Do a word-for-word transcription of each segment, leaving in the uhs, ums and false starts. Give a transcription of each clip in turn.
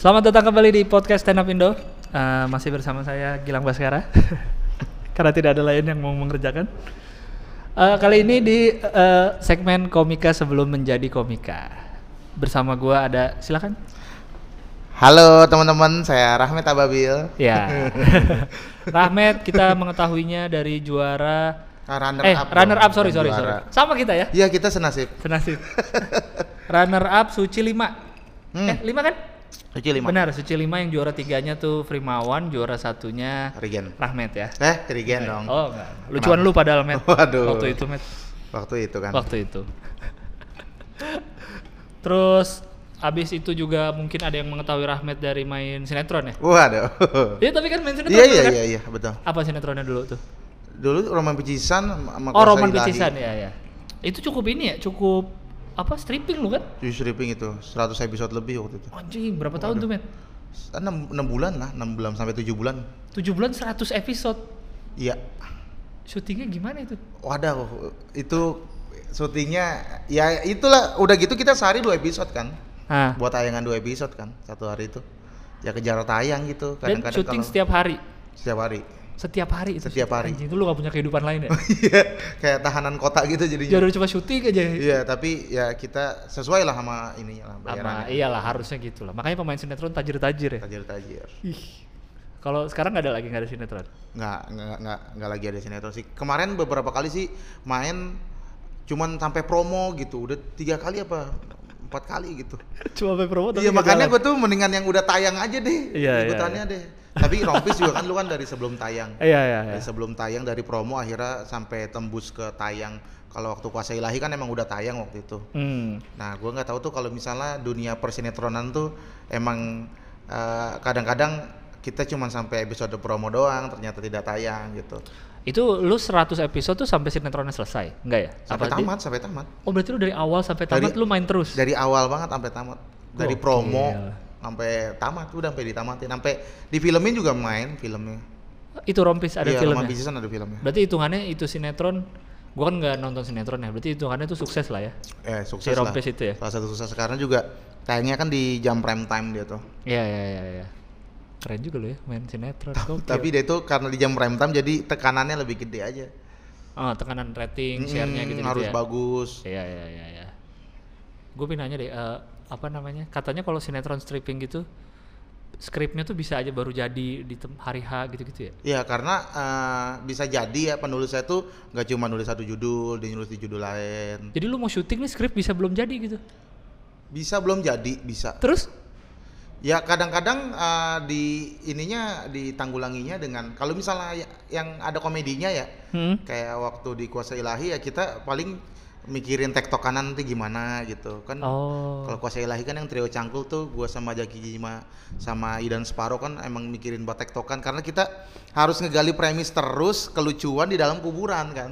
Selamat datang kembali di podcast Stand Up Indo. Uh, masih bersama saya Gilang Baskara. Karena tidak ada lain yang mau mengerjakan. Uh, kali ini di uh, segmen Komika Sebelum Menjadi Komika. Bersama gua ada, silakan. Halo teman-teman, saya Rahmat Ababil. Ya. Rahmat kita mengetahuinya dari juara runner eh up runner dong, up sorry sorry juara. sorry. Sama kita ya? Iya, kita senasib. Senasib. Runner up Suci lima. Hmm. Eh lima kan? Suci lima. Benar, Suci lima yang juara tiganya tuh Frimawan, juara satunya Regen. Rahmat ya. Eh, Regen dong. Oh enggak. Lucuan lu padahal, Met. Waduh. Waktu itu, Met. Waktu itu kan. Waktu itu. Terus abis itu juga mungkin ada yang mengetahui Rahmat dari main sinetron ya? Waduh. Iya, tapi kan main sinetron Iya dulu iya kan? iya iya, betul. Apa sinetronnya dulu tuh? Dulu Roman Picisan sama Oh, Kuasa Roman Ilahi. Picisan ya ya. Itu cukup ini ya, cukup apa stripping lu kan? Di stripping itu seratus episode lebih waktu itu. Anjing, berapa tahun tuh, Met? enam bulan lah, enam bulan sampai tujuh bulan. tujuh bulan seratus episode. Iya. Syutingnya gimana itu? Waduh, itu syutingnya ya itulah, udah gitu kita sehari dua episode kan. Hah. Buat tayangan dua episode kan satu hari itu. Ya kejar tayang gitu. Dan Kadang-kadang syuting kalau setiap hari? setiap hari. Setiap hari itu? Setiap hari. Anjing, itu lu gak punya kehidupan lain ya? Iya, kayak tahanan kota gitu jadinya. Jadi cuma syuting aja. Iya, tapi ya kita sesuai lah sama ininya lah, Sama, bayarannya. iyalah harusnya gitu lah. Makanya pemain sinetron tajir-tajir ya? Tajir-tajir. Ih. Kalau sekarang nggak ada lagi, nggak ada sinetron? Nggak, nggak, nggak, nggak lagi ada sinetron sih. Kemarin beberapa kali sih main cuman sampai promo gitu. Udah tiga kali apa empat kali gitu. Cuma sampai promo tapi Iya, nggak makanya jalan. gue tuh mendingan yang udah tayang aja deh. Iya, ikutannya iya, iya. deh. Tapi Rompis juga kan lu kan dari sebelum tayang. Iya, iya, iya. Dari sebelum tayang, dari promo akhirnya sampai tembus ke tayang. Kalau waktu Kuasa Ilahi kan emang udah tayang waktu itu. Hmm. Nah, gue nggak tahu tuh kalau misalnya dunia persinetronan tuh emang uh, kadang-kadang kita cuma sampai episode promo doang, ternyata tidak tayang gitu. Itu lu seratus episode tuh sampai sinetronnya selesai? Enggak ya? Sampai Apa tamat, di... sampai tamat. Oh, berarti lu dari awal sampai tamat Dari- lu main terus? Dari awal banget sampai tamat. Dari Gokil. promo sampai tamat, udah sampai ditamatin, sampai di filmin juga main filmnya. Itu Rompis ada Iya, filmnya? Roman Picisan ada filmnya. Berarti hitungannya itu sinetron, gua kan nggak nonton sinetron ya, berarti hitungannya itu sukses lah ya? Eh, sukses Si lah. Rompis itu ya? Salah satu sukses sekarang juga tayangnya kan di jam prime time dia tuh. Iya, iya, iya, iya. Keren juga lu ya main sinetron. Gokil. Tapi dia tuh karena di jam prime time jadi tekanannya lebih gede aja. Oh, tekanan rating, share-nya Mm, gitu-gitu harus ya? bagus. Iya, iya, iya, iya. Gue pengen nanya deh, uh, apa namanya? Katanya kalau sinetron stripping gitu, skripnya tuh bisa aja baru jadi di tem- hari H gitu-gitu ya? Iya, karena uh, bisa jadi ya penulis saya tuh nggak cuma nulis satu judul, dia nulis di judul lain. Jadi lu mau syuting nih skrip bisa belum jadi gitu? Bisa belum jadi, bisa. Terus? Ya kadang-kadang uh, di ininya ditanggulanginya dengan kalau misalnya ya- yang ada komedinya ya, Hmm? kayak waktu di Kuasa Ilahi ya kita paling mikirin tektokanan nanti gimana gitu kan. Oh. Kalau Kuasa Ilahi kan yang trio cangkul tuh gua sama Jaki Jima sama Idan Sparo kan emang mikirin buat tektokan karena kita harus ngegali premis terus kelucuan di dalam kuburan kan.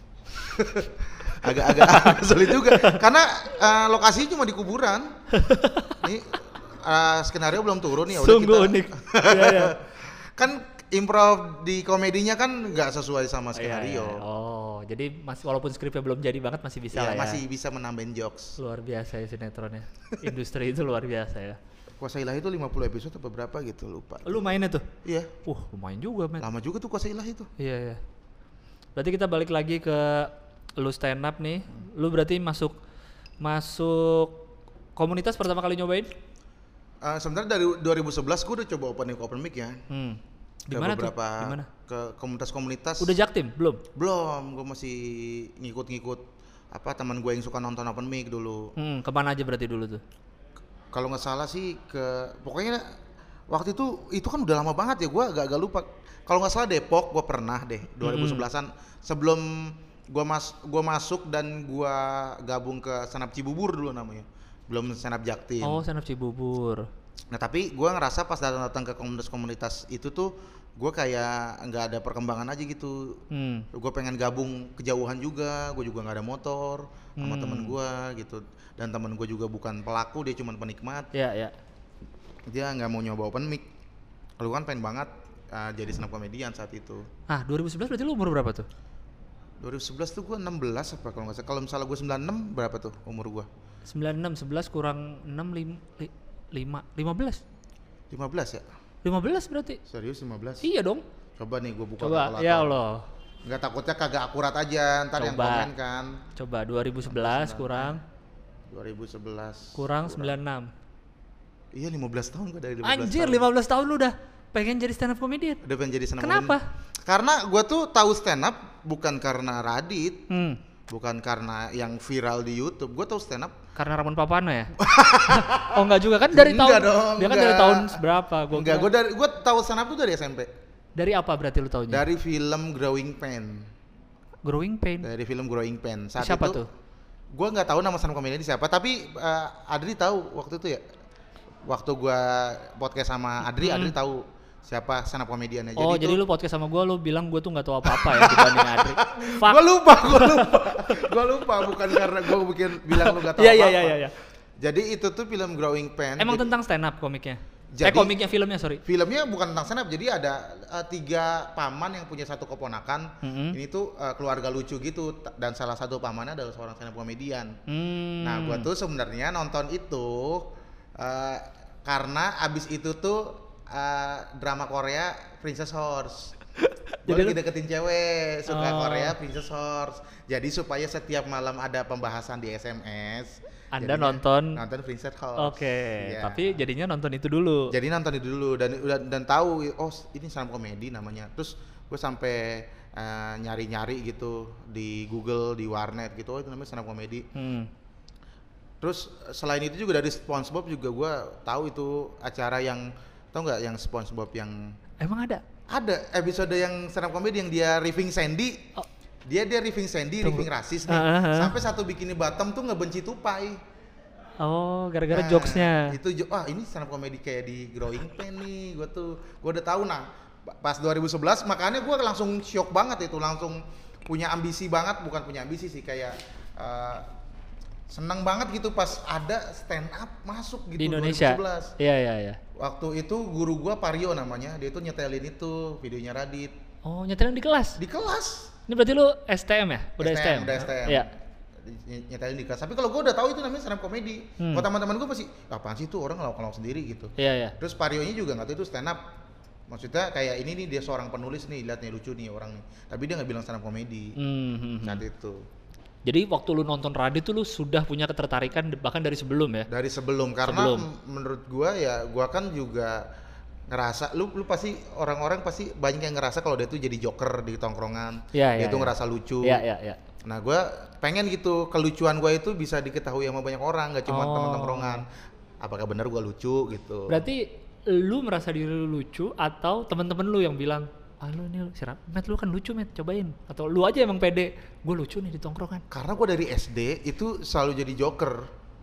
Agak-agak agak sulit juga karena uh, lokasinya cuma di kuburan. Nih uh, skenario belum turun ya udah Sungguh kita unik. Iya, iya. kan improv di komedinya kan nggak sesuai sama Iya, skenario. iya. Oh, jadi masih walaupun skripnya belum jadi banget masih bisa Iya, lah ya? masih bisa menambahin jokes. Luar biasa ya sinetronnya. Industri itu luar biasa ya. Kuasa Ilahi itu lima puluh episode apa berapa gitu lupa. Lu mainnya tuh? Iya, Wah, lumayan juga, men. lama juga tuh Kuasa Ilahi tuh. Iya, iya. Berarti kita balik lagi ke lu stand up nih. Lu berarti masuk masuk komunitas pertama kali nyobain? Uh, sebenarnya dari dua ribu sebelas gue udah coba open mic open mic ya. Hmm. Di Ke mana tuh? beberapa Di mana? ke komunitas-komunitas. Udah jaktim belum? Belum, gue masih ngikut-ngikut apa teman gue yang suka nonton open mic dulu. Hmm, kemana aja berarti dulu tuh? Kalau nggak salah sih ke pokoknya waktu itu itu kan udah lama banget ya, gue agak-agak lupa. Kalau nggak salah Depok gue pernah deh dua ribu sebelasan sebelum gue mas gue masuk dan gue gabung ke Stand Up Cibubur dulu namanya, belum Stand Up Jaktim. Oh, stand up Cibubur. Nah tapi gue ngerasa pas datang-datang ke komunitas-komunitas itu tuh gue kayak nggak ada perkembangan aja gitu. Hmm. Gue pengen gabung kejauhan juga, gue juga nggak ada motor sama Hmm. temen gue gitu, dan temen gue juga bukan pelaku, dia cuma penikmat. Ya, ya. Dia nggak mau nyoba open mic. Lu kan pengen banget uh, jadi stand up comedian saat itu. Ah, dua ribu sebelas berarti lu umur berapa tuh? dua ribu sebelas tuh gue enam belas apa kalau nggak salah. Kalau misalnya gue sembilan puluh enam berapa tuh umur gue? sembilan puluh enam, sebelas kurang enam, lima, lima belas. lima belas ya? lima belas berarti? Serius lima belas? Iya dong. Coba nih gue buka Coba, kalkulator. ya Allah. Nggak takutnya kagak akurat aja, ntar Coba. yang komen kan. Coba dua ribu sebelas kurang dua ribu sebelas kurang sembilan puluh enam. Iya lima belas tahun gue dari lima belas Anjir, tahun. lima belas tahun lu udah pengen jadi stand up comedian. Udah pengen jadi stand up Kenapa? comedian. Karena gue tuh tahu stand up bukan karena Radit, Hmm. bukan karena yang viral di YouTube. Gue tahu stand up Karena Ramon Papano ya? Oh enggak juga kan dari Enggak tahun dong, dia kan enggak. dari tahun berapa? Gua enggak, kira- gue dari gue tahu stand up tuh dari S M P. Dari apa berarti lu taunya? Dari film Growing Pain. Growing Pain. Dari film Growing Pain. Saat Siapa itu, tuh? Gue nggak tahu nama stand up comedian siapa, tapi uh, Adri tahu waktu itu ya. Waktu gue podcast sama Adri, Hmm. Adri tahu siapa stand up comediannya. Oh, jadi, lu podcast sama gua, lu bilang gua tuh nggak tahu apa-apa ya dibanding Adri. Fuck. Gue lupa, gue lupa, gue lupa bukan karena gue bikin bilang lu gak tahu Iya apa-apa. iya iya iya. Jadi itu tuh film Growing Pain. Emang jadi, tentang stand up komiknya? Jadi- eh komiknya filmnya sorry. filmnya bukan tentang stand up, jadi ada uh, tiga paman yang punya satu keponakan. Mm-hmm. Ini tuh uh, keluarga lucu gitu, t- dan salah satu pamannya adalah seorang stand up comedian. Hmm. Nah, gua tuh sebenarnya nonton itu uh, karena abis itu tuh uh, drama Korea Princess Horse. Gue Jadi lagi lu- deketin cewek suka Oh. Korea Princess Horse. Jadi supaya setiap malam ada pembahasan di S M S, Anda jadinya nonton- nonton Princess Horse. Oke, Iya. tapi jadinya nonton itu dulu. Jadi nonton itu dulu dan dan, dan tahu oh ini stand up komedi namanya. Terus gue sampai uh, nyari-nyari gitu di Google, di warnet gitu, oh itu namanya stand up komedi. Hmm. Terus selain itu juga dari SpongeBob juga gue tahu itu acara yang tahu nggak yang SpongeBob yang Emang ada? ada episode yang stand up comedy yang dia riffing Sandy. Oh. Dia dia riffing Sandy, Tunggu. riffing rasis nih. Ah, ah, ah. Sampai satu bikini bottom tuh ngebenci tupai. Oh, gara-gara Nah, jokesnya. Itu jo- wah ini stand up comedy kayak di Growing Pain nih. Gue tuh gue udah tahu nah. Pas dua ribu sebelas makanya gue langsung shock banget itu, langsung punya ambisi banget, bukan punya ambisi sih kayak uh, seneng banget gitu pas ada stand up masuk gitu Di Indonesia. dua ribu sebelas. Iya iya iya. Waktu itu guru gua Pario namanya, dia itu nyetelin itu videonya Radit Oh, nyetelin di kelas. di kelas. Ini berarti lu S T M ya? Udah S T M. udah S T M. Iya. Ny- Nyetelin di kelas. Tapi kalau gua udah tahu itu namanya stand up comedy. Hmm. Kalau teman-teman gua pasti apaan sih itu orang ngelawak-ngelawak sendiri gitu. Iya iya. Terus Parionya juga nggak tahu itu stand up. Maksudnya kayak ini nih dia seorang penulis nih, lihat nih lucu nih orang nih. Tapi dia nggak bilang stand up comedy Hmm, hmm, hmm. saat itu. Jadi waktu lu nonton Radit tuh lu sudah punya ketertarikan de- bahkan dari sebelum ya? Dari sebelum karena Sebelum. m- menurut gua ya gua kan juga ngerasa lu lu pasti orang-orang pasti banyak yang ngerasa kalau dia tuh jadi joker di tongkrongan. Iya, dia iya, tuh iya. ngerasa lucu. Iya iya iya. Nah, gue pengen gitu kelucuan gue itu bisa diketahui sama banyak orang, nggak cuma Oh. teman tongkrongan. Apakah benar gue lucu gitu? Berarti lu merasa diri lu lucu atau teman-teman lu yang bilang, ah lu ini si Ra- Matt lu kan lucu Matt, cobain. Atau lu aja emang pede, gue lucu nih di tongkrongan. Karena gue dari S D itu selalu jadi joker.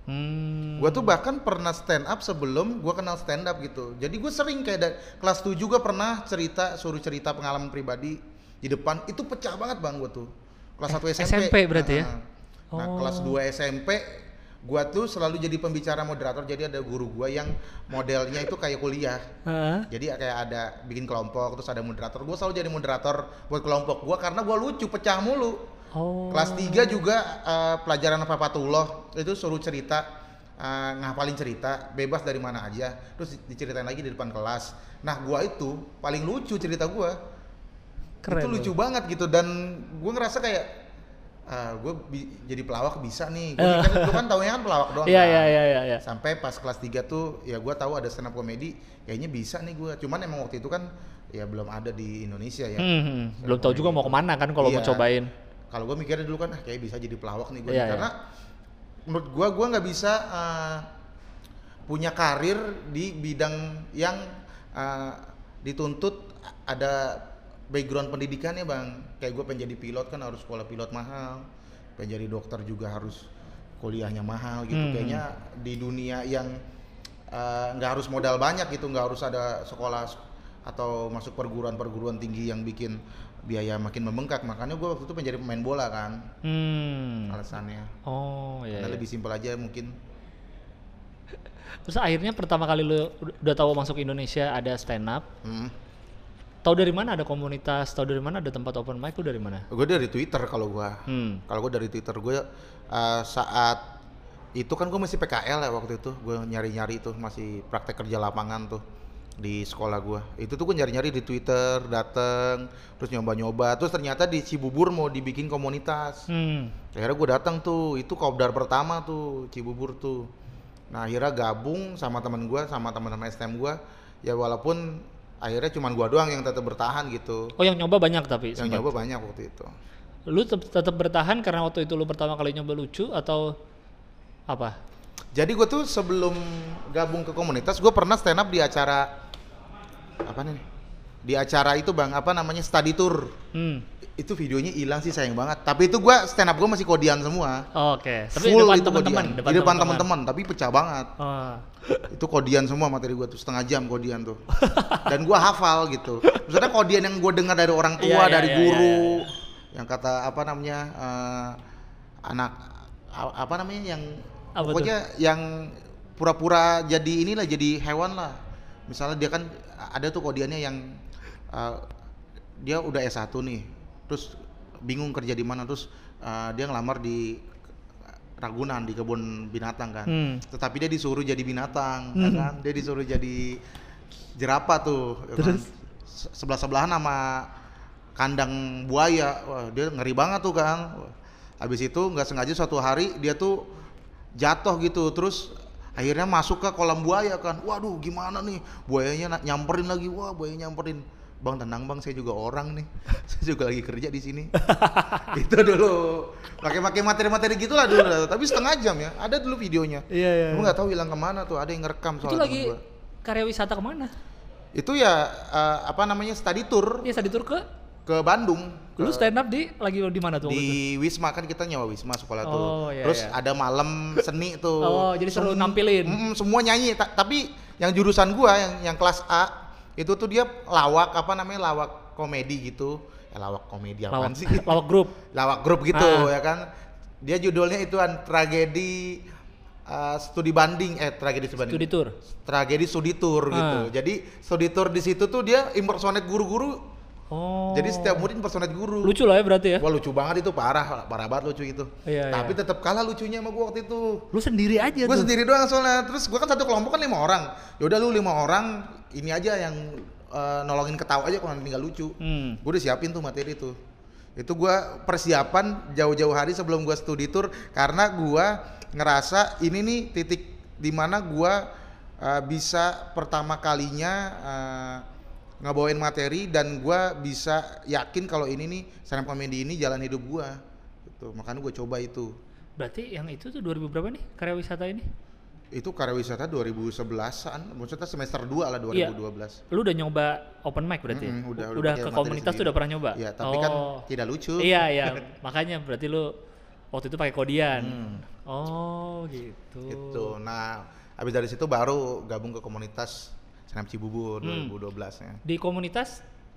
Hmm. Gue tuh bahkan pernah stand up sebelum gue kenal stand up gitu. Jadi gue sering kayak da- kelas tujuh gue pernah cerita, suruh cerita pengalaman pribadi di depan. Itu pecah banget bang gue tuh. Kelas satu S M P. S M P berarti ya? Nah, nah, Oh. kelas dua S M P gua tuh selalu jadi pembicara moderator. Jadi ada guru gua yang modelnya itu kayak kuliah. Heeh. Jadi kayak ada bikin kelompok terus ada moderator. Gua selalu jadi moderator buat kelompok gua karena gua lucu, pecah mulu. Oh. Kelas tiga juga eh, pelajaran Papatullah itu suruh cerita, eh, ngapalin cerita bebas dari mana aja. Terus diceritain lagi di depan kelas. Nah, gua itu paling lucu cerita gua. Keren Itu lu. lucu banget gitu dan gua ngerasa kayak ah, gue bi- jadi pelawak bisa nih. Gue Eh. kan, gue kan taunya kan pelawak doang. Iya kan. iya iya iya. iya. Sampai pas kelas tiga tuh ya gue tahu ada stand up comedy, kayaknya bisa nih gue. Cuman emang waktu itu kan ya belum ada di Indonesia ya. Hmm, hmm. Belum tahu juga mau kemana kan kalau mau Iya. cobain. Kalau gue mikirnya dulu kan ah, kayak bisa jadi pelawak nih gue Iya, karena menurut gue gue nggak bisa uh, punya karir di bidang yang uh, dituntut ada background pendidikannya bang. Kayak gue pengen jadi pilot kan harus sekolah pilot mahal, pengen jadi dokter juga harus kuliahnya mahal gitu. Hmm. Kayaknya di dunia yang uh, nggak harus modal banyak gitu, nggak harus ada sekolah atau masuk perguruan-perguruan tinggi yang bikin biaya makin membengkak. Makanya gue waktu itu pengen jadi pemain bola kan Hmm. alasannya. Oh iya. Karena iya. lebih simpel aja mungkin. Terus akhirnya pertama kali lu udah tahu masuk Indonesia ada stand up. Hmm. Tahu dari mana ada komunitas? Tahu dari mana ada tempat open mic? Lu dari mana? Gue dari Twitter kalau gue. Hmm. Kalau gue dari Twitter gue uh, saat itu kan gue masih P K L ya waktu itu. Gue nyari-nyari tuh masih praktek kerja lapangan tuh. di sekolah gua. Itu tuh gua nyari-nyari di Twitter, dateng, terus nyoba-nyoba. Terus ternyata di Cibubur mau dibikin komunitas. Hmm. Akhirnya gua datang tuh, itu kopdar pertama tuh Cibubur tuh. Nah akhirnya gabung sama teman gua, sama teman-teman S T M gua. Ya walaupun akhirnya cuman gua doang yang tetap bertahan gitu. Oh yang nyoba banyak tapi? Yang sempat? nyoba banyak waktu itu. Lu tetap, tetap bertahan karena waktu itu lu pertama kali nyoba lucu atau apa? Jadi gue tuh sebelum gabung ke komunitas, gue pernah stand up di acara apa nih? Di acara itu bang, apa namanya study tour. Hmm. Itu videonya hilang sih sayang banget. Tapi itu gue stand up gue masih kodian semua. Oh, Oke. Okay. Tapi Full depan itu teman-teman, kodian. depan Di depan teman-teman. teman-teman, tapi pecah banget. Oh. Itu kodian semua materi gue tuh setengah jam kodian tuh. Dan gue hafal gitu. Maksudnya kodian yang gue dengar dari orang tua, Iya, iya, dari iya, guru, iya, iya. yang kata apa namanya uh, anak a- apa namanya yang Apa pokoknya yang pura-pura jadi inilah jadi hewan lah. Misalnya dia kan ada tuh kodiannya yang uh, dia udah S satu nih, terus bingung kerja di mana, terus uh, dia ngelamar di Ragunan di kebun binatang kan. Hmm. Tetapi dia disuruh jadi binatang, Hmm. ya kan? Dia disuruh jadi jerapah tuh. ya kan? Terus? Se- Sebelah-sebelahan sama kandang buaya. Wah, dia ngeri banget tuh kan. Wah. Habis itu nggak sengaja suatu hari dia tuh jatuh gitu, terus akhirnya masuk ke kolam buaya kan. Waduh, gimana nih? Buayanya na- nyamperin lagi. Wah, buayanya nyamperin. Bang, tenang bang, saya juga orang nih. Saya juga lagi kerja di sini. Itu dulu. Pakai-pakai materi-materi gitulah dulu. Tapi setengah jam ya. Ada dulu videonya. Iya, iya. Gue nggak tahu hilang kemana tuh. Ada yang ngerekam Itu soal lagi temen gua. karya wisata kemana? Itu ya eh, apa namanya study tour Iya, study tour ke ke Bandung. lu Ke- stand up di lagi di mana tuh? waktu itu? di Wisma kan kita nyawa Wisma sekolah tuh. Oh, iya, Terus iya. ada malam seni tuh. Oh, jadi seru Sem- nampilin. Mm, semua nyanyi. Ta- tapi yang jurusan gua yang yang kelas A itu tuh dia lawak apa namanya lawak komedi gitu. Ya lawak komedi apaan Lawak, sih? lawak grup. Lawak grup gitu Ah. ya kan. Dia judulnya itu an tragedi uh, studi banding eh tragedi studi banding. Studi tour. Tragedi studi tour gitu. Ah. Jadi studi tour di situ tuh dia impersonate guru-guru. Oh. Jadi setiap murid impersonate guru. lucu lah ya berarti ya. Wah lucu banget itu, parah, parah banget lucu itu. Iya, Tapi iya. tetap kalah lucunya sama gua waktu itu. Lu sendiri aja Gue tuh. sendiri doang soalnya. Terus gua kan satu kelompok kan lima orang. Yaudah lu lima orang ini aja yang eh, nolongin ketawa aja kalau nanti nggak lucu. Hmm. Gue udah siapin tuh materi tuh. Itu gua persiapan jauh-jauh hari sebelum gua studi tour karena gua ngerasa ini nih titik dimana gua eh, bisa pertama kalinya eh, ngebawain materi dan gua bisa yakin kalau ini nih stand up comedy ini jalan hidup gua gitu. Makanya gua coba itu. Berarti yang itu tuh dua ribu berapa nih karya wisata ini? Itu karya wisata dua ribu sebelasan, maksudnya semester dua lah dua ribu dua belas. Lu udah nyoba open mic berarti? Mm-mm, udah, udah udah pakai ke materi komunitas tuh sendiri. udah pernah nyoba? Iya, tapi kan Oh. tidak lucu. Iya, iya. Makanya berarti lu waktu itu pakai kodian. Hmm. Oh, gitu. Gitu. Nah, habis dari situ baru gabung ke komunitas Stand Up Cibubur Hmm. dua ribu dua belas ya. Di komunitas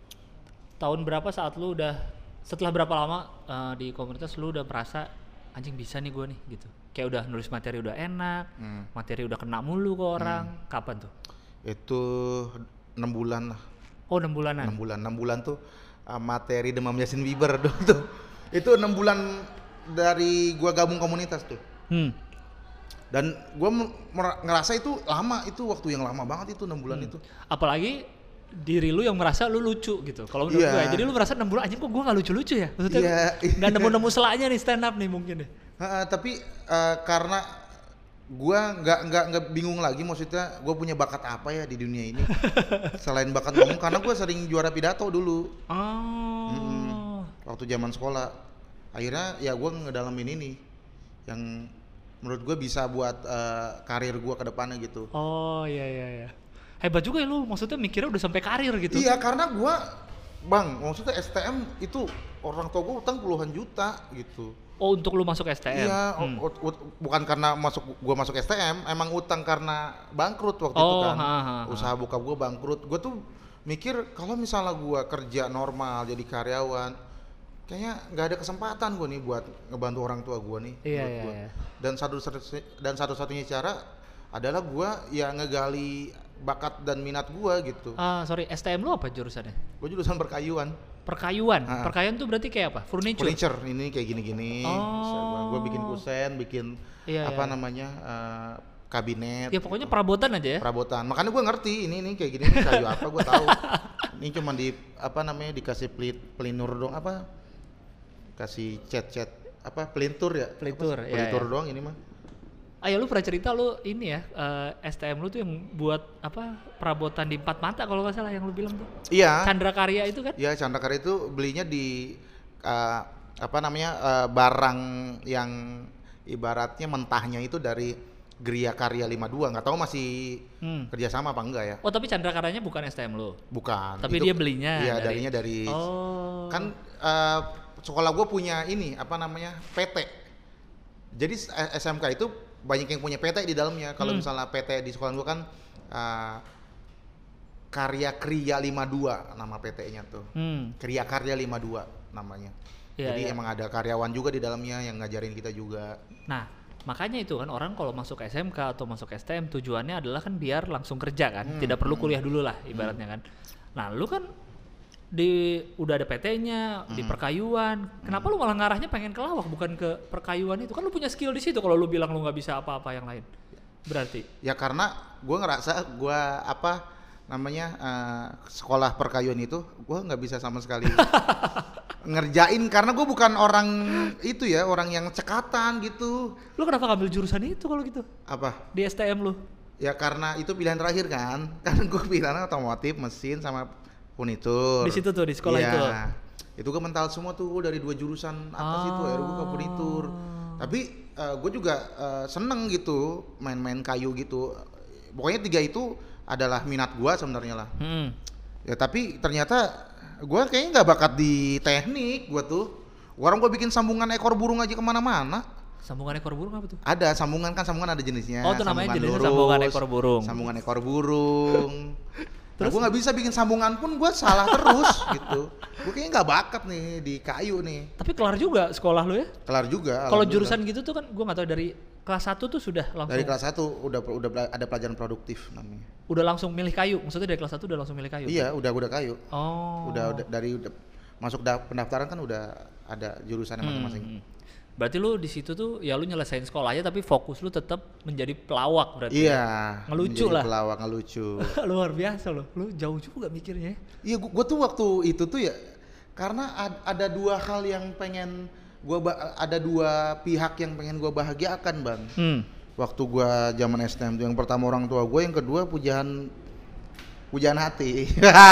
tahun berapa saat lu udah setelah berapa lama eh, di komunitas lu udah merasa anjing bisa nih gua nih gitu. Kayak udah nulis materi udah enak, Hmm. materi udah kena mulu ke orang. Kapan tuh? Itu enam bulan lah. Oh, enam bulanan. enam bulan. enam bulan tuh uh, materi demam Justin Bieber dulu tuh. Itu enam bulan dari gua gabung komunitas tuh. Hmm. Dan gua m- mer- ngerasa itu lama, itu waktu yang lama banget itu enam bulan Hmm. itu. Apalagi diri lu yang merasa lu lucu gitu. Kalau menurut Iya. gue, jadi lu merasa enam bulan anjing kok gua nggak lucu-lucu ya? Maksudnya Iya, nggak iya. nemu-nemu selanya nih stand up nih mungkin ya. Ha, tapi uh, karena gua nggak nggak nggak bingung lagi, maksudnya gua punya bakat apa ya di dunia ini selain bakat ngomong, karena gua sering juara pidato dulu Oh. Mm-mm. waktu zaman sekolah. Akhirnya ya gua ngedalamin ini yang menurut gua bisa buat uh, karir gua ke depannya gitu. Oh iya iya iya. Hebat juga ya lu, maksudnya mikirnya udah sampai karir gitu. Iya, karena gua bang, maksudnya S T M itu orang tua gua utang puluhan juta gitu. Oh untuk lu masuk S T M? Iya, Hmm. ut- ut- bukan karena masuk gua masuk S T M, emang utang karena bangkrut waktu itu Oh, kan. ha, ha, ha. Usaha bokap gua bangkrut. Gua tuh mikir kalau misalnya gua kerja normal jadi karyawan, kayaknya nggak ada kesempatan gua nih buat ngebantu orang tua gua nih. Iya, menurut iya, gua. iya. Dan satu dan satu-satunya cara adalah gua ya ngegali bakat dan minat gua gitu. Ah sorry, S T M lu apa jurusannya? Gua jurusan perkayuan. Perkayuan. Ah. Perkayuan tuh berarti kayak apa? Furniture. Furniture ini kayak gini-gini. Oh. Bisa gua, gua bikin kusen, bikin Iya, apa iya. namanya uh, kabinet. Ya pokoknya perabotan aja ya. Perabotan. Makanya gue ngerti ini nih kayak gini nih kayu apa gue tahu. Ini cuma di apa namanya dikasih pelit pelinur dong apa? Kasih cat-cat apa pelintur ya? Pelintur, apa, ya, pelintur ya. doang ini mah. Ah ya lu pernah cerita lu ini ya uh, S T M lu tuh yang buat apa perabotan di empat mata kalau nggak salah yang lu bilang tuh. Iya. Chandra Karya itu kan? Iya Chandra Karya itu belinya di uh, apa namanya uh, barang yang ibaratnya mentahnya itu dari Gria Karya lima puluh dua, nggak tahu masih hmm. kerjasama apa enggak ya. Oh tapi Chandra Karyanya bukan S T M lu? Bukan. Tapi itu, dia belinya iya dari... darinya dari oh. Kan uh, sekolah gue punya ini apa namanya P T. Jadi S M K itu banyak yang punya P T di dalamnya. Kalau hmm. misalnya P T di sekolah gue kan uh, Karya Kriya lima puluh dua nama P T-nya tuh. Hmm. Kriya Karya lima puluh dua namanya. Ya, jadi ya. Emang ada karyawan juga di dalamnya yang ngajarin kita juga. Nah, makanya itu kan orang kalau masuk ke S M K atau masuk S T M tujuannya adalah kan biar langsung kerja kan. Hmm. Tidak perlu kuliah dulu lah ibaratnya hmm. kan. Nah, lu kan di udah ada P T-nya hmm. di perkayuan. Kenapa hmm. lu malah ngarahnya pengen ke lawak bukan ke perkayuan itu? Kan lu punya skill di situ kalau lu bilang lu nggak bisa apa-apa yang lain. Berarti ya karena gue ngerasa gue apa namanya uh, sekolah perkayuan itu gue nggak bisa sama sekali ngerjain karena gue bukan orang itu ya, orang yang cekatan gitu. Lu kenapa ngambil jurusan itu kalau gitu? Apa? Di S T M lu? Ya karena itu pilihan terakhir kan. Kan gue pilihannya otomotif, mesin sama furnitur. Di situ tuh di sekolah ya, itu. Itu gue mental semua tuh dari dua jurusan atas oh. itu akhirnya gue ke furnitur. Tapi uh, gue juga uh, seneng gitu main-main kayu gitu. Pokoknya tiga itu adalah minat gue sebenarnya lah. Hmm. Ya tapi ternyata gue kayaknya nggak bakat di teknik gue tuh. Orang gue bikin sambungan ekor burung aja kemana-mana. Sambungan ekor burung apa tuh? Ada sambungan kan sambungan ada jenisnya. Oh itu namanya jenisnya sambungan ekor burung. Sambungan ekor burung. Terus nah, gue nggak bisa bikin sambungan pun gue salah terus gitu. Gue kayaknya nggak bakat nih di kayu nih. Tapi kelar juga sekolah lu ya? Kelar juga. Kalau jurusan gitu tuh kan gue nggak tahu dari kelas satu tuh sudah langsung. Dari kelas satu udah udah ada pelajaran produktif namanya. Udah langsung milih kayu. Maksudnya dari kelas satu udah langsung milih kayu. Iya, kan? udah udah kayu. Oh. Udah, udah dari udah masuk da- pendaftaran kan udah ada jurusannya masing-masing. Hmm. Berarti lu di situ tuh ya lu nyelesain sekolahnya tapi fokus lu tetap menjadi pelawak berarti. Iya. Ya? Ngelucu lah. Pelawak ngelucu. Luar biasa loh. Lu jauh juga mikirnya. Iya, gua, gua tuh waktu itu tuh ya karena ad, ada dua hal yang pengen gua ba- ada dua pihak yang pengen gua bahagiakan, Bang. Hmm. Waktu gua zaman S T M tuh yang pertama orang tua gua, yang kedua pujaan pujaan hati.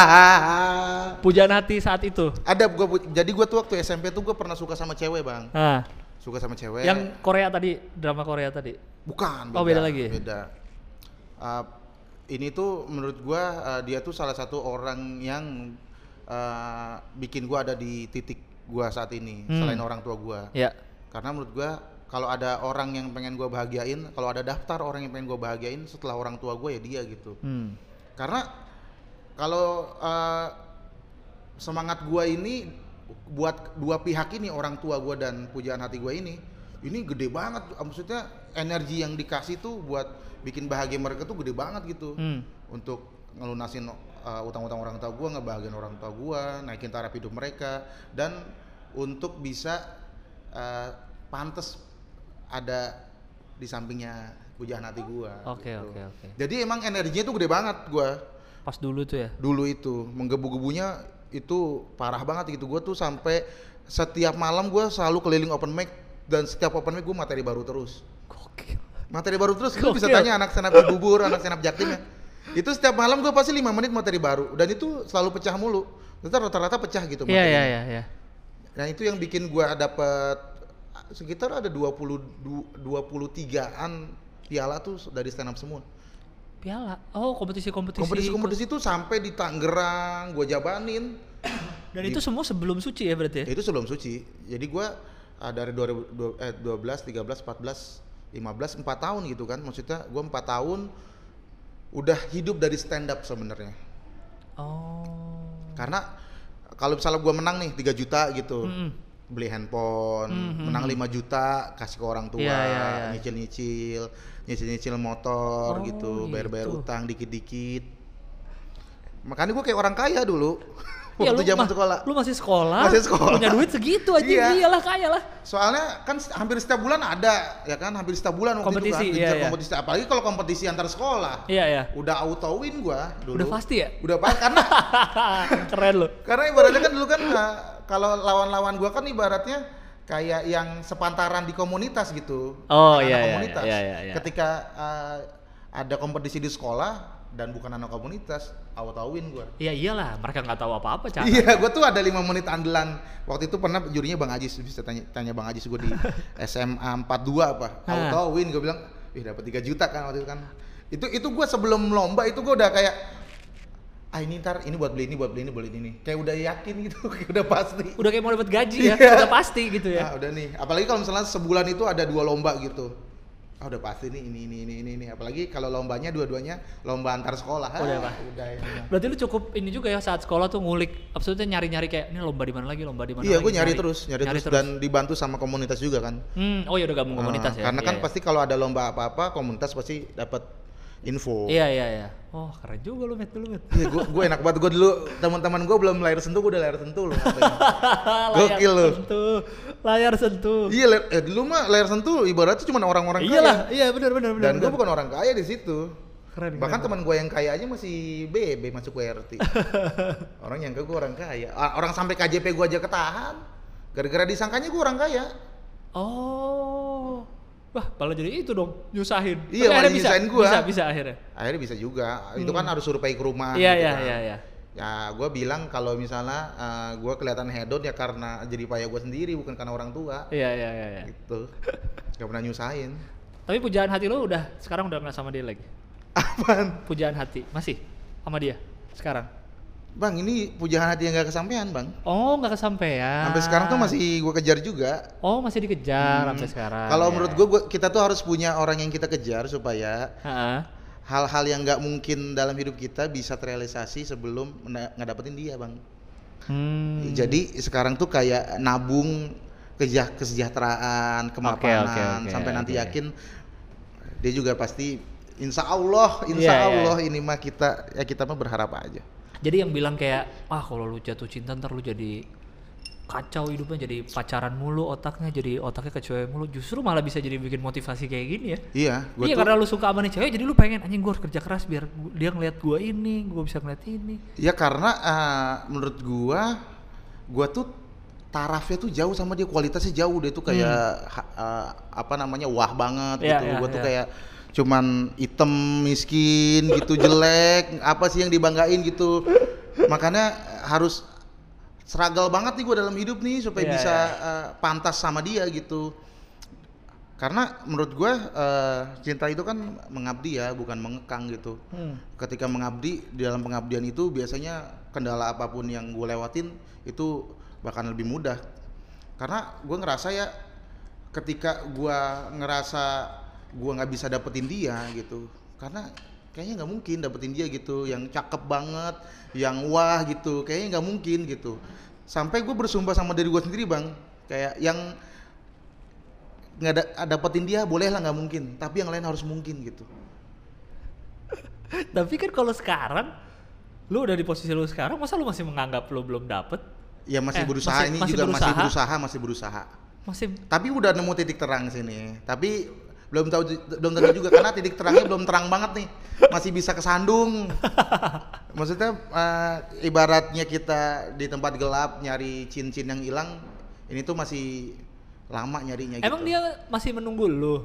Pujaan hati saat itu. Ada gua jadi gua tuh waktu S M P tuh gua pernah suka sama cewek, Bang. Ah. Suka sama cewek. Yang Korea tadi, drama Korea tadi. Bukan, beda. Oh, beda lagi. Beda. Uh, ini tuh menurut gua uh, dia tuh salah satu orang yang uh, bikin gua ada di titik gua saat ini hmm. selain orang tua gua. Ya. Karena menurut gua kalau ada orang yang pengen gua bahagiain, kalau ada daftar orang yang pengen gua bahagiain setelah orang tua gua ya dia gitu. Hmm. Karena kalau uh, semangat gua ini buat dua pihak ini, orang tua gue dan pujaan hati gue ini, ini gede banget. Maksudnya energi yang dikasih tuh buat bikin bahagia mereka tuh gede banget gitu. Hmm. Untuk ngelunasin uh, utang-utang orang tua gue, ngebahagiain orang tua gue, naikin taraf hidup mereka, dan untuk bisa uh, pantes ada di sampingnya pujaan hati gue. Oke gitu. oke oke. Jadi emang energinya tuh gede banget gue. Pas dulu tuh ya? Dulu itu menggebu-gebunya itu parah banget gitu. Gue tuh sampai setiap malam gue selalu keliling open mic, dan setiap open mic gue materi baru terus. Gokil. Materi baru terus. Lu bisa tanya anak stand up di Bubur, anak stand up Jaktim ya. Itu setiap malam gue pasti lima menit materi baru, dan itu selalu pecah mulu. Itu rata-rata pecah gitu materinya. Iya iya iya. Nah itu yang bikin gue dapet sekitar ada dua puluh dua puluh tigaan piala tuh dari stand up semua. Piala? Oh kompetisi-kompetisi. Kompetisi-kompetisi itu sampai di Tangerang gue jabanin. Dan di, itu semua sebelum suci ya berarti ya? Itu sebelum suci. Jadi gue uh, dari dua ribu dua belas, tiga belas, empat belas, lima belas, empat tahun gitu kan. Maksudnya gue empat tahun udah hidup dari stand up sebenarnya. Oh. Karena kalau misalnya gue menang nih tiga juta gitu. Mm-hmm. Beli handphone, mm-hmm. menang lima juta, kasih ke orang tua, yeah, yeah, yeah. nyicil-nyicil, nyicil-nyicil motor oh, gitu, bayar-bayar gitu. Utang dikit-dikit. Makanya gue kayak orang kaya dulu. Ya, waktu lu zaman ma- sekolah. Lu masih sekolah, Masih sekolah. punya duit segitu aja, Iya. iyalah kaya lah. Soalnya kan st- hampir setiap bulan ada, ya kan, hampir setiap bulan waktu Kompetisi, itu kan, iya, kejar iya. kompetisi. Apalagi kalau kompetisi antar sekolah, Iya ya. udah auto win gua dulu. Udah pasti ya? Udah pasti karena Keren lu. karena ibaratnya kan dulu kan uh, kalau lawan-lawan gua kan ibaratnya kayak yang sepantaran di komunitas gitu. Oh, Anak-anak iya, iya, komunitas. iya, iya, iya. Ketika uh, ada kompetisi di sekolah dan bukan anak komunitas, auto win gua. Ya iyalah, mereka nggak tahu apa-apa cara. Iya, gue tuh ada lima menit andalan. Waktu itu pernah jurinya Bang Ajis, bisa tanya, tanya Bang Ajis gue di S M A empat puluh dua apa. Hah. Auto win, gue bilang, ih dapat tiga juta kan waktu itu kan. Itu itu gue sebelum lomba itu gue udah kayak ah ini ntar ini buat beli ini buat beli ini buat beli ini. Kayak udah yakin gitu, kayak udah pasti. Udah kayak mau dapat gaji ya, Iya. udah pasti gitu ya. Ah, udah nih. Apalagi kalau misalnya sebulan itu ada dua lomba gitu. Ah udah pasti nih ini ini ini ini ini. Apalagi kalau lombanya dua-duanya lomba antar sekolah. Ah, Udah, Pak. Udah ya. Berarti lu cukup ini juga ya saat sekolah tuh ngulik, absolutnya nyari-nyari kayak ini lomba di mana lagi, lomba di mana Iya, lagi. gue nyari, terus, nyari, terus, dan dibantu sama komunitas juga kan. Hmm, oh ya udah gabung komunitas Ah, ya. Karena Iya, kan iya. pasti kalau ada lomba apa-apa, komunitas pasti dapat info. Iya iya iya. Oh keren juga lu met dulu met. Iya, gue gue enak banget. Gue dulu teman-teman gue belum layar sentuh, gue udah layar sentuh loh. katanya. Gokil lu. Sentuh, layar sentuh. Iya, layar- eh, dulu mah layar sentuh ibaratnya cuma orang-orang kaya. Iyalah, iya benar benar benar. Dan gue benar. bukan orang kaya di situ. Keren. Bahkan keren. teman gue yang kaya aja masih B B masuk W R T. Orang yang ke gue orang kaya. Ah, Orang sampai K J P gue aja ketahan. Gara-gara disangkanya gue orang kaya. Oh. Wah, malah jadi itu dong, nyusahin. Iya, Tapi malah akhirnya bisa, nyusahin gua. Bisa, bisa akhirnya. Akhirnya bisa juga. Itu Hmm. kan harus survei ke rumah. Iya, gitu iya, kan. iya, iya. Ya, gue bilang kalau misalnya uh, gue kelihatan hedon ya karena jadi payah gue sendiri, bukan karena orang tua. Iya, iya, iya, iya. Gitu. Gak pernah nyusahin. Tapi pujaan hati lo udah sekarang udah nggak sama dia lagi. Apaan? Pujaan hati masih sama dia sekarang. Bang, ini pujaan hati yang gak kesampaian, Bang. Oh, nggak kesampaian. Sampai sekarang tuh masih gue kejar juga. Oh, masih dikejar Hmm. sampai sekarang. Kalau ya. menurut gue, kita tuh harus punya orang yang kita kejar supaya Heeh. hal-hal yang nggak mungkin dalam hidup kita bisa terrealisasi sebelum mena- ngedapetin dia, Bang. Hmm. Jadi sekarang tuh kayak nabung keja- kesejahteraan, kemapanan, Oke, oke, oke, sampai nanti oke. yakin dia juga pasti insya Allah, insya Iya, iya. Allah ini mah kita ya kita mah berharap aja. Jadi yang bilang kayak, ah kalau lu jatuh cinta ntar lu jadi kacau hidupnya, jadi pacaran mulu otaknya, jadi otaknya ke cewek mulu, justru malah bisa jadi bikin motivasi kayak gini ya. Iya, gua Iya tuh karena lu suka sama nih cewek, jadi lu pengen anjing gua harus kerja keras biar gu- dia ngeliat gua ini, gua bisa ngeliat ini. ya karena eh, menurut gua gua tuh tarafnya tuh jauh sama dia, kualitasnya jauh, dia tuh kayak ha- eh, apa namanya wah banget Hmm. Iya, gitu. iya, Gua tuh iya. kayak cuman hitam, miskin gitu, jelek, apa sih yang dibanggain gitu. Makanya harus struggle banget nih gue dalam hidup nih supaya Iya, bisa iya. eh, pantas sama dia gitu. Karena menurut gue eh, cinta itu kan mengabdi ya, bukan mengekang gitu. Hmm. Ketika mengabdi, di dalam pengabdian itu biasanya kendala apapun yang gue lewatin itu bahkan lebih mudah. Karena gue ngerasa ya, ketika gue ngerasa gue nggak bisa dapetin dia gitu, karena kayaknya nggak mungkin dapetin dia gitu, yang cakep banget, yang wah gitu, kayaknya nggak mungkin gitu. Sampai gue bersumpah sama diri gue sendiri, Bang, kayak yang nggak da- dapetin dia boleh lah nggak mungkin, tapi yang lain harus mungkin gitu. Tapi kan kalau sekarang, lu udah di posisi lu sekarang, masa lu masih menganggap lu belum dapet? Ya masih Eh, berusaha, masih- ini masih juga masih berusaha? berusaha, masih berusaha. Masih Tapi udah nemu titik terang sini. Tapi belum tahu belum tentu juga karena titik terangnya belum terang banget nih. Masih bisa kesandung. Maksudnya eh, ibaratnya kita di tempat gelap nyari cincin yang hilang, ini tuh masih lama nyarinya gitu. emang dia masih menunggu lu?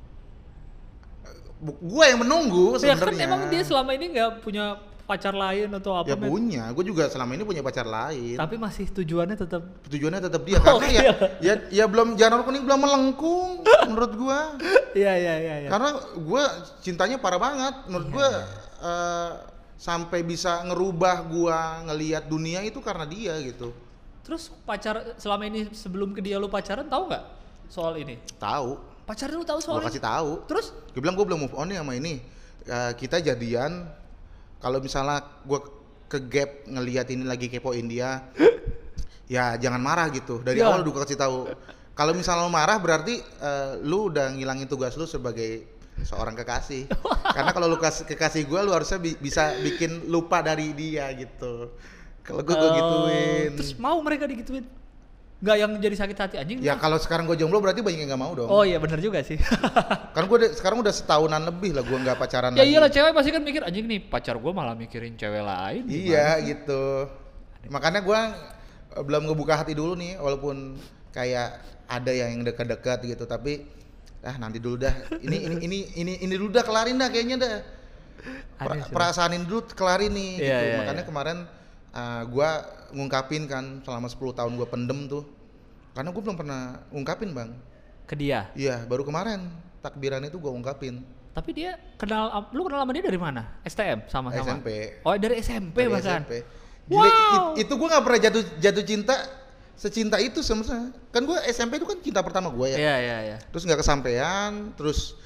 Bu- gua yang menunggu Ya kan sebenarnya. emang dia selama ini nggak punya pacar lain atau apa? Ya men? punya, gue juga selama ini punya pacar lain. Tapi masih tujuannya tetap. Tujuannya tetap dia karena Oke. ya, ya ya belum janur kuning belum melengkung menurut gua. Iya iya iya. iya. Karena gue cintanya parah banget, menurut gue eh, sampai bisa ngerubah gue ngelihat dunia itu karena dia gitu. Terus pacar selama ini sebelum ke dia lu pacaran tahu nggak soal ini? Tahu, Pacarnya lu tahu soal gue ini? kasih tahu. Terus? Gue bilang gue belum move on nih sama ini. Eh, kita jadian, kalau misalnya gue ke gap ngelihat ini lagi kepoin dia, ya jangan marah gitu. Dari Ya. awal udah gue kasih tahu. Kalau misalnya lo marah berarti eh, lu udah ngilangin tugas lu sebagai seorang kekasih. Karena kalau lu kas- kekasih gue, lu harusnya bi- bisa bikin lupa dari dia gitu. Kalau gue gue Oh, gituin. Terus mau mereka digituin? Nggak yang jadi sakit hati anjing? Ya kalau sekarang gue jomblo berarti banyak yang nggak mau dong. Oh iya benar juga sih. Kan gue sekarang udah setahunan lebih lah gue nggak pacaran Ya lagi. iyalah cewek pasti kan mikir anjing nih pacar gue malah mikirin cewek lain. Iya gitu. Makanya gue eh, belum ngebuka hati dulu nih, walaupun kayak ada yang dekat-dekat gitu, tapi ah nanti dulu dah. Ini ini ini ini ini dulu dah kelarin dah kayaknya dah. Per- Aneh sih. perasaanin dulu kelarin nih Iya, gitu. iya, Makanya iya. kemarin uh, gue ngungkapin kan selama sepuluh tahun gue pendem tuh. Karena gue belum pernah ngungkapin bang. Ke dia. Iya baru kemarin takbiran itu gue ungkapin. Tapi dia kenal, lu kenal sama dia dari mana? S T M sama-sama? S M P. Oh dari S M P Dari bahkan? S M P. Gila, Wow. it- itu gue nggak pernah jatuh jatuh cinta secinta itu sebenarnya. Kan gue S M P itu kan cinta pertama gue ya. Iya iya iya. Terus nggak kesampaian, terus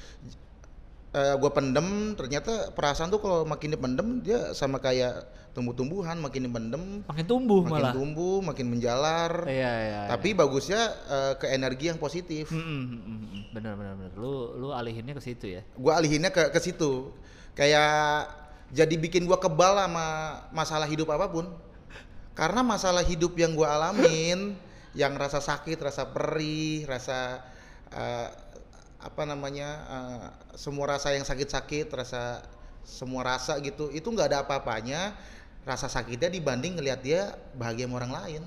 uh, gue pendem. Ternyata perasaan tuh kalau makin dipendem dia sama kayak tumbuh-tumbuhan, makin dipendem, Makin tumbuh makin malah. tumbuh, makin menjalar. Iya iya. Tapi bagusnya uh, ke energi yang positif. Mm, mm, mm, mm. Bener bener bener. Lu lu alihinnya ke situ ya. Gue alihinnya ke ke situ. Kayak jadi bikin gue kebal sama masalah hidup apapun. Karena masalah hidup yang gue alamin, yang rasa sakit, rasa perih, rasa uh, apa namanya, uh, semua rasa yang sakit-sakit, rasa semua rasa gitu, itu nggak ada apa-apanya. Rasa sakitnya dibanding ngelihat dia bahagia sama orang lain.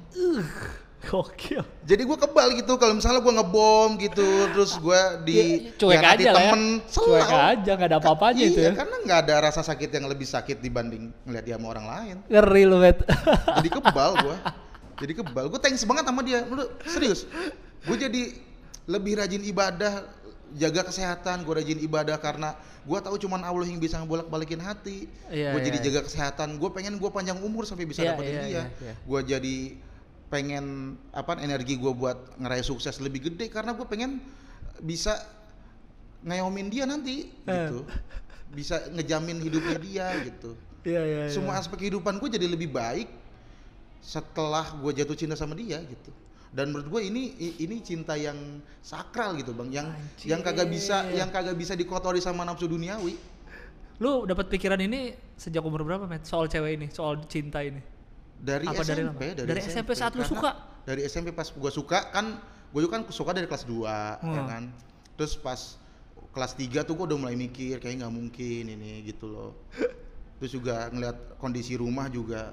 Gokil. Jadi gue kebal gitu kalau misalnya gue ngebom gitu, terus gue di Ya, cuek hianati aja lah ya. temen, Cuek selau. aja, nggak ada apa-apanya Iya, itu ya. karena nggak ada rasa sakit yang lebih sakit dibanding ngelihat dia sama orang lain. Ngeri lu, Bet. Jadi kebal gue, jadi kebal. Gue thanks banget sama dia, lu serius. Gue jadi lebih rajin ibadah, jaga kesehatan. Gue rajin ibadah karena gue tahu cuman Allah yang bisa ngebolak-balikin hati. Iya, Gue iya, jadi iya. jaga kesehatan. Gue pengen gue panjang umur sampai bisa Iya, dapetin iya, dia. iya, iya. Gue jadi pengen apa energi gue buat ngeraih sukses lebih gede karena gue pengen bisa ngayomin dia nanti gitu, bisa ngejamin hidupnya dia gitu. Iya iya. Semua aspek kehidupan gue jadi lebih baik setelah gue jatuh cinta sama dia gitu. Dan menurut gue ini i- ini cinta yang sakral gitu bang, yang Anjir. yang kagak bisa yang kagak bisa dikotori sama nafsu duniawi. Lu dapat pikiran ini sejak umur berapa, Met? Soal cewek ini, soal cinta ini. Dari Apa S M P, dari lama? dari, Dari S M P saat lu Karena suka? Dari S M P pas gue suka kan, gue juga kan suka dari kelas dua, Hmm. ya kan. Terus pas kelas tiga tuh gue udah mulai mikir kayak nggak mungkin ini gitu loh. Terus juga ngeliat kondisi rumah juga,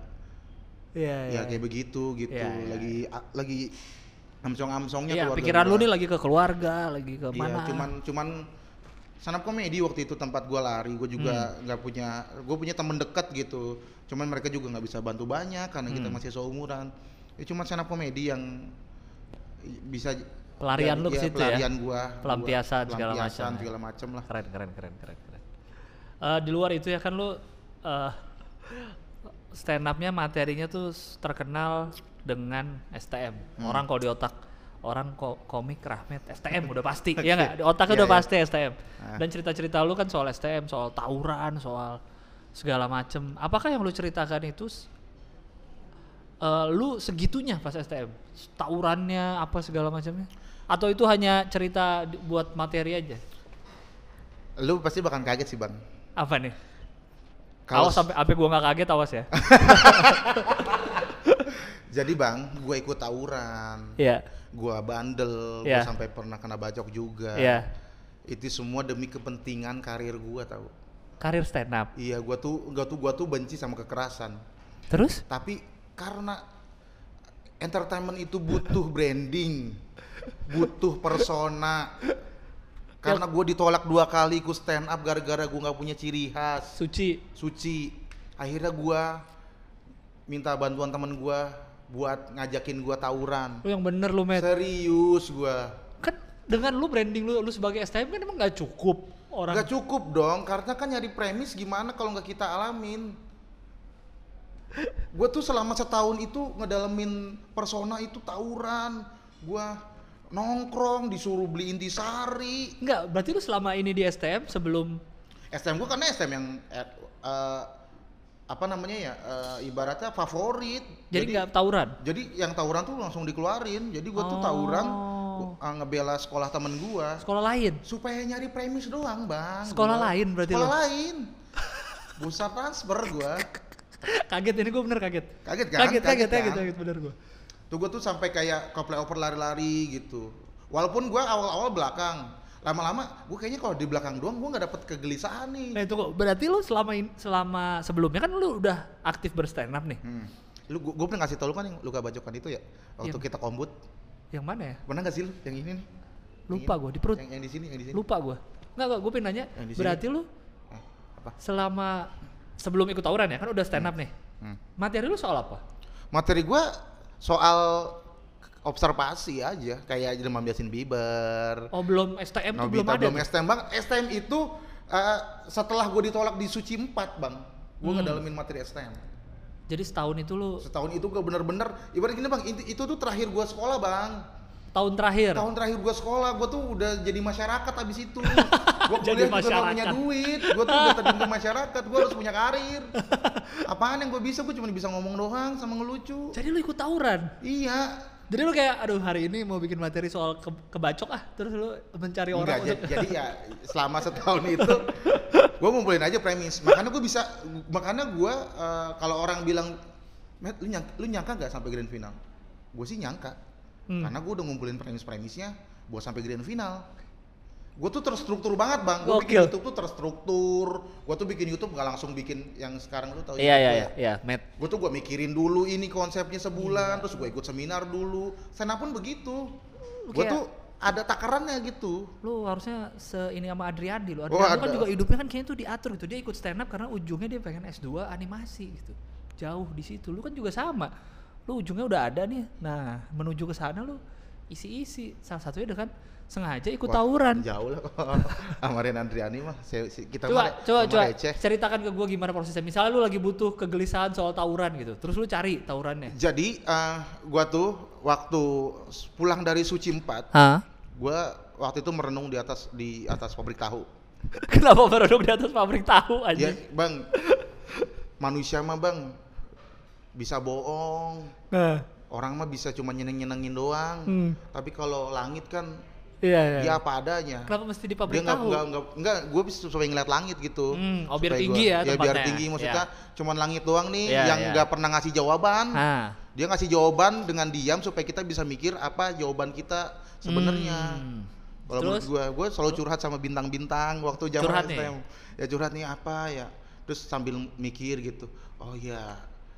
Iya ya kayak begitu gitu. Iya, iya, lagi a- lagi amsong-amsongnya Iya, keluarga pikiran gua. lu nih lagi ke keluarga, lagi ke Iya, mana? cuman cuman stand up komedi waktu itu tempat gue lari. Gue juga Hmm. nggak punya, gue punya temen dekat gitu. Cuman mereka juga nggak bisa bantu banyak karena kita Hmm. masih seumuran. Ya cuma stand up komedi yang bisa Pelarian jadi- lu ke ya, situ ya? pelarian gua, Pelampiasan gua, segala pelampiasan macam ya? segala macam lah. Keren keren keren keren keren. Eh, di luar itu ya kan lu eh, stand up-nya materinya tuh terkenal dengan S T M. Hmm. Orang kalau di otak orang ko- komik Rahmat S T M udah pasti, ya nggak? Di otaknya Iya, udah iya. pasti S T M. Ah. Dan cerita-cerita lu kan soal S T M, soal tawuran, soal segala macem. Apakah yang lu ceritakan itu s- eh, lu segitunya pas S T M? Tawurannya apa segala macamnya? Atau itu hanya cerita di- buat materi aja? Lu pasti bakal kaget sih bang. Apa nih? Kalau Awas sampai sampai gua nggak kaget, awas ya. jadi bang, gue ikut tawuran, Iya. gue bandel, gue Iya. sampai pernah kena bacok juga. Iya. Itu semua demi kepentingan karir gue tahu. Karir stand up. Iya, gua tuh gua tuh gua tuh benci sama kekerasan. Terus? Tapi karena entertainment itu butuh branding, butuh persona. Karena gue ditolak dua kali ikut stand up gara-gara gue nggak punya ciri khas, Suci. suci. Akhirnya gue minta bantuan temen gue buat ngajakin gue tawuran. Lu yang bener lu, Met. Serius gue. Kan dengan lu branding lu lu sebagai S T M kan emang nggak cukup orang. Gak cukup dong, karena kan nyari premis gimana kalau nggak kita alamin. Gue tuh selama setahun itu ngedalamin persona itu tawuran. Gue nongkrong, disuruh beli intisari. Enggak, berarti lu selama ini di S T M sebelum S T M gue karena S T M yang eh, eh, apa namanya ya, eh, ibaratnya favorit. jadi nggak tawuran? Jadi yang tawuran tuh langsung dikeluarin. Jadi gue tuh Oh. tawuran uh, ngebela sekolah temen gue. Sekolah lain. Supaya nyari premis doang bang. Sekolah Gua- lain berarti sekolah lo? lain. Bursa transfer gue. Kaget ini gue bener kaget. Kaget kan? Kaget, kaget, kan? kaget, kaget, bener gue. Tuh gue tuh sampai kayak ke playover lari-lari gitu. Walaupun gue awal-awal belakang, lama-lama gue kayaknya kalau di belakang doang gue nggak dapet kegelisahan nih. Nah itu kok, berarti lu selama in, selama sebelumnya kan lu udah aktif berstand up nih. Hmm. Lu gue pernah ngasih tau lu kan yang Luka Bacokan itu ya waktu Yang- kita kombut. Yang mana ya? Pernah nggak sih lu yang ini nih? Lupa Yang gue ini. di perut. Yang, yang di sini, yang di sini. Lupa gue. Enggak, enggak, gue pengen nanya. Yang di sini. Berarti lu Eh, apa? selama sebelum ikut tawuran ya kan udah stand up nih. Hmm. Materi lu soal apa? Materi gue soal observasi aja, kayak demam Justin Bieber. Oh belum S T M tuh belum Nobita ada. belum tuh? S T M bang. S T M itu uh, setelah gue ditolak di Suci empat bang, gue Hmm. ngedalamin materi S T M. Jadi setahun itu lu Setahun itu gue bener-bener, ibarat gini bang, itu, itu tuh terakhir gue sekolah bang. tahun terakhir. Tahun terakhir gue sekolah, gue tuh udah jadi masyarakat abis itu. Gue Jadi kuliah juga gak punya masyarakat. duit, gue tuh udah terjun ke masyarakat, gue harus punya karir. Apaan yang gue bisa, gue cuma bisa ngomong doang sama ngelucu. Jadi lu ikut tawuran. Iya. Jadi lu kayak aduh hari ini mau bikin materi soal ke kebacok ah, terus lu mencari orang Enggak, untuk jadi, jadi ya selama setahun itu gue ngumpulin aja premis. Makanya gue bisa, makanya gue uh, kalau orang bilang, Matt, lu nyangka, lu nyangka nggak sampai grand final? Gue sih nyangka, Hmm. karena gue udah ngumpulin premis-premisnya buat sampai grand final. Gue tuh terstruktur banget bang, gue bikin Gokil. YouTube tuh terstruktur. Gue tuh bikin YouTube gak langsung bikin yang sekarang lu tau. Iya iya iya, iya, Matt. Gue tuh gue mikirin dulu ini konsepnya sebulan, terus gue ikut seminar dulu. Stand up pun begitu. Gue Kayak- tuh ada takarannya gitu. Lu harusnya se ini sama Adriandi lu. Oh, Adriandi kan ada. juga hidupnya kan kayaknya tuh diatur gitu. Dia ikut stand up karena ujungnya dia pengen S dua animasi gitu. Jauh di situ. Lu kan juga sama. Lu ujungnya udah ada nih. Nah, menuju ke sana lu isi-isi. Salah satunya dengan sengaja ikut Wah, tawuran. Jauh lah sama Ren Andriani mah. Se- se- Kita Coba, mah coba, sama coba receh. ceritakan ke gua gimana prosesnya. Misalnya lu lagi butuh kegelisahan soal tawuran gitu. Terus lu cari tawurannya. Jadi eh, gua tuh waktu s- pulang dari Suci empat, Hah? gua waktu itu merenung di atas di atas pabrik tahu. Kenapa merenung di atas pabrik tahu aja? Ya, Bang. Manusia mah, Bang, bisa bohong. Nah, Orang mah bisa cuma nyeneng-nyenengin doang. Hmm. Tapi kalau langit kan iya iya. dia apa adanya. Kenapa mesti di Dia pabrik nggak tahu? nggak nggak nggak gue bisa supaya ngeliat langit gitu. Hmm, oh, biar Supaya tinggi gua- ya ya biar tempatnya. tinggi maksudnya Iya. cuman langit doang nih Iya, yang iya. nggak pernah ngasih jawaban. Hah. Dia ngasih jawaban dengan diam supaya kita bisa mikir apa jawaban kita sebenarnya. Hmm. Kalau menurut Terus? gue, gue selalu curhat sama bintang-bintang waktu zaman Curhat S T M. nih? Ya curhat nih apa ya. Terus sambil mikir gitu. Oh ya,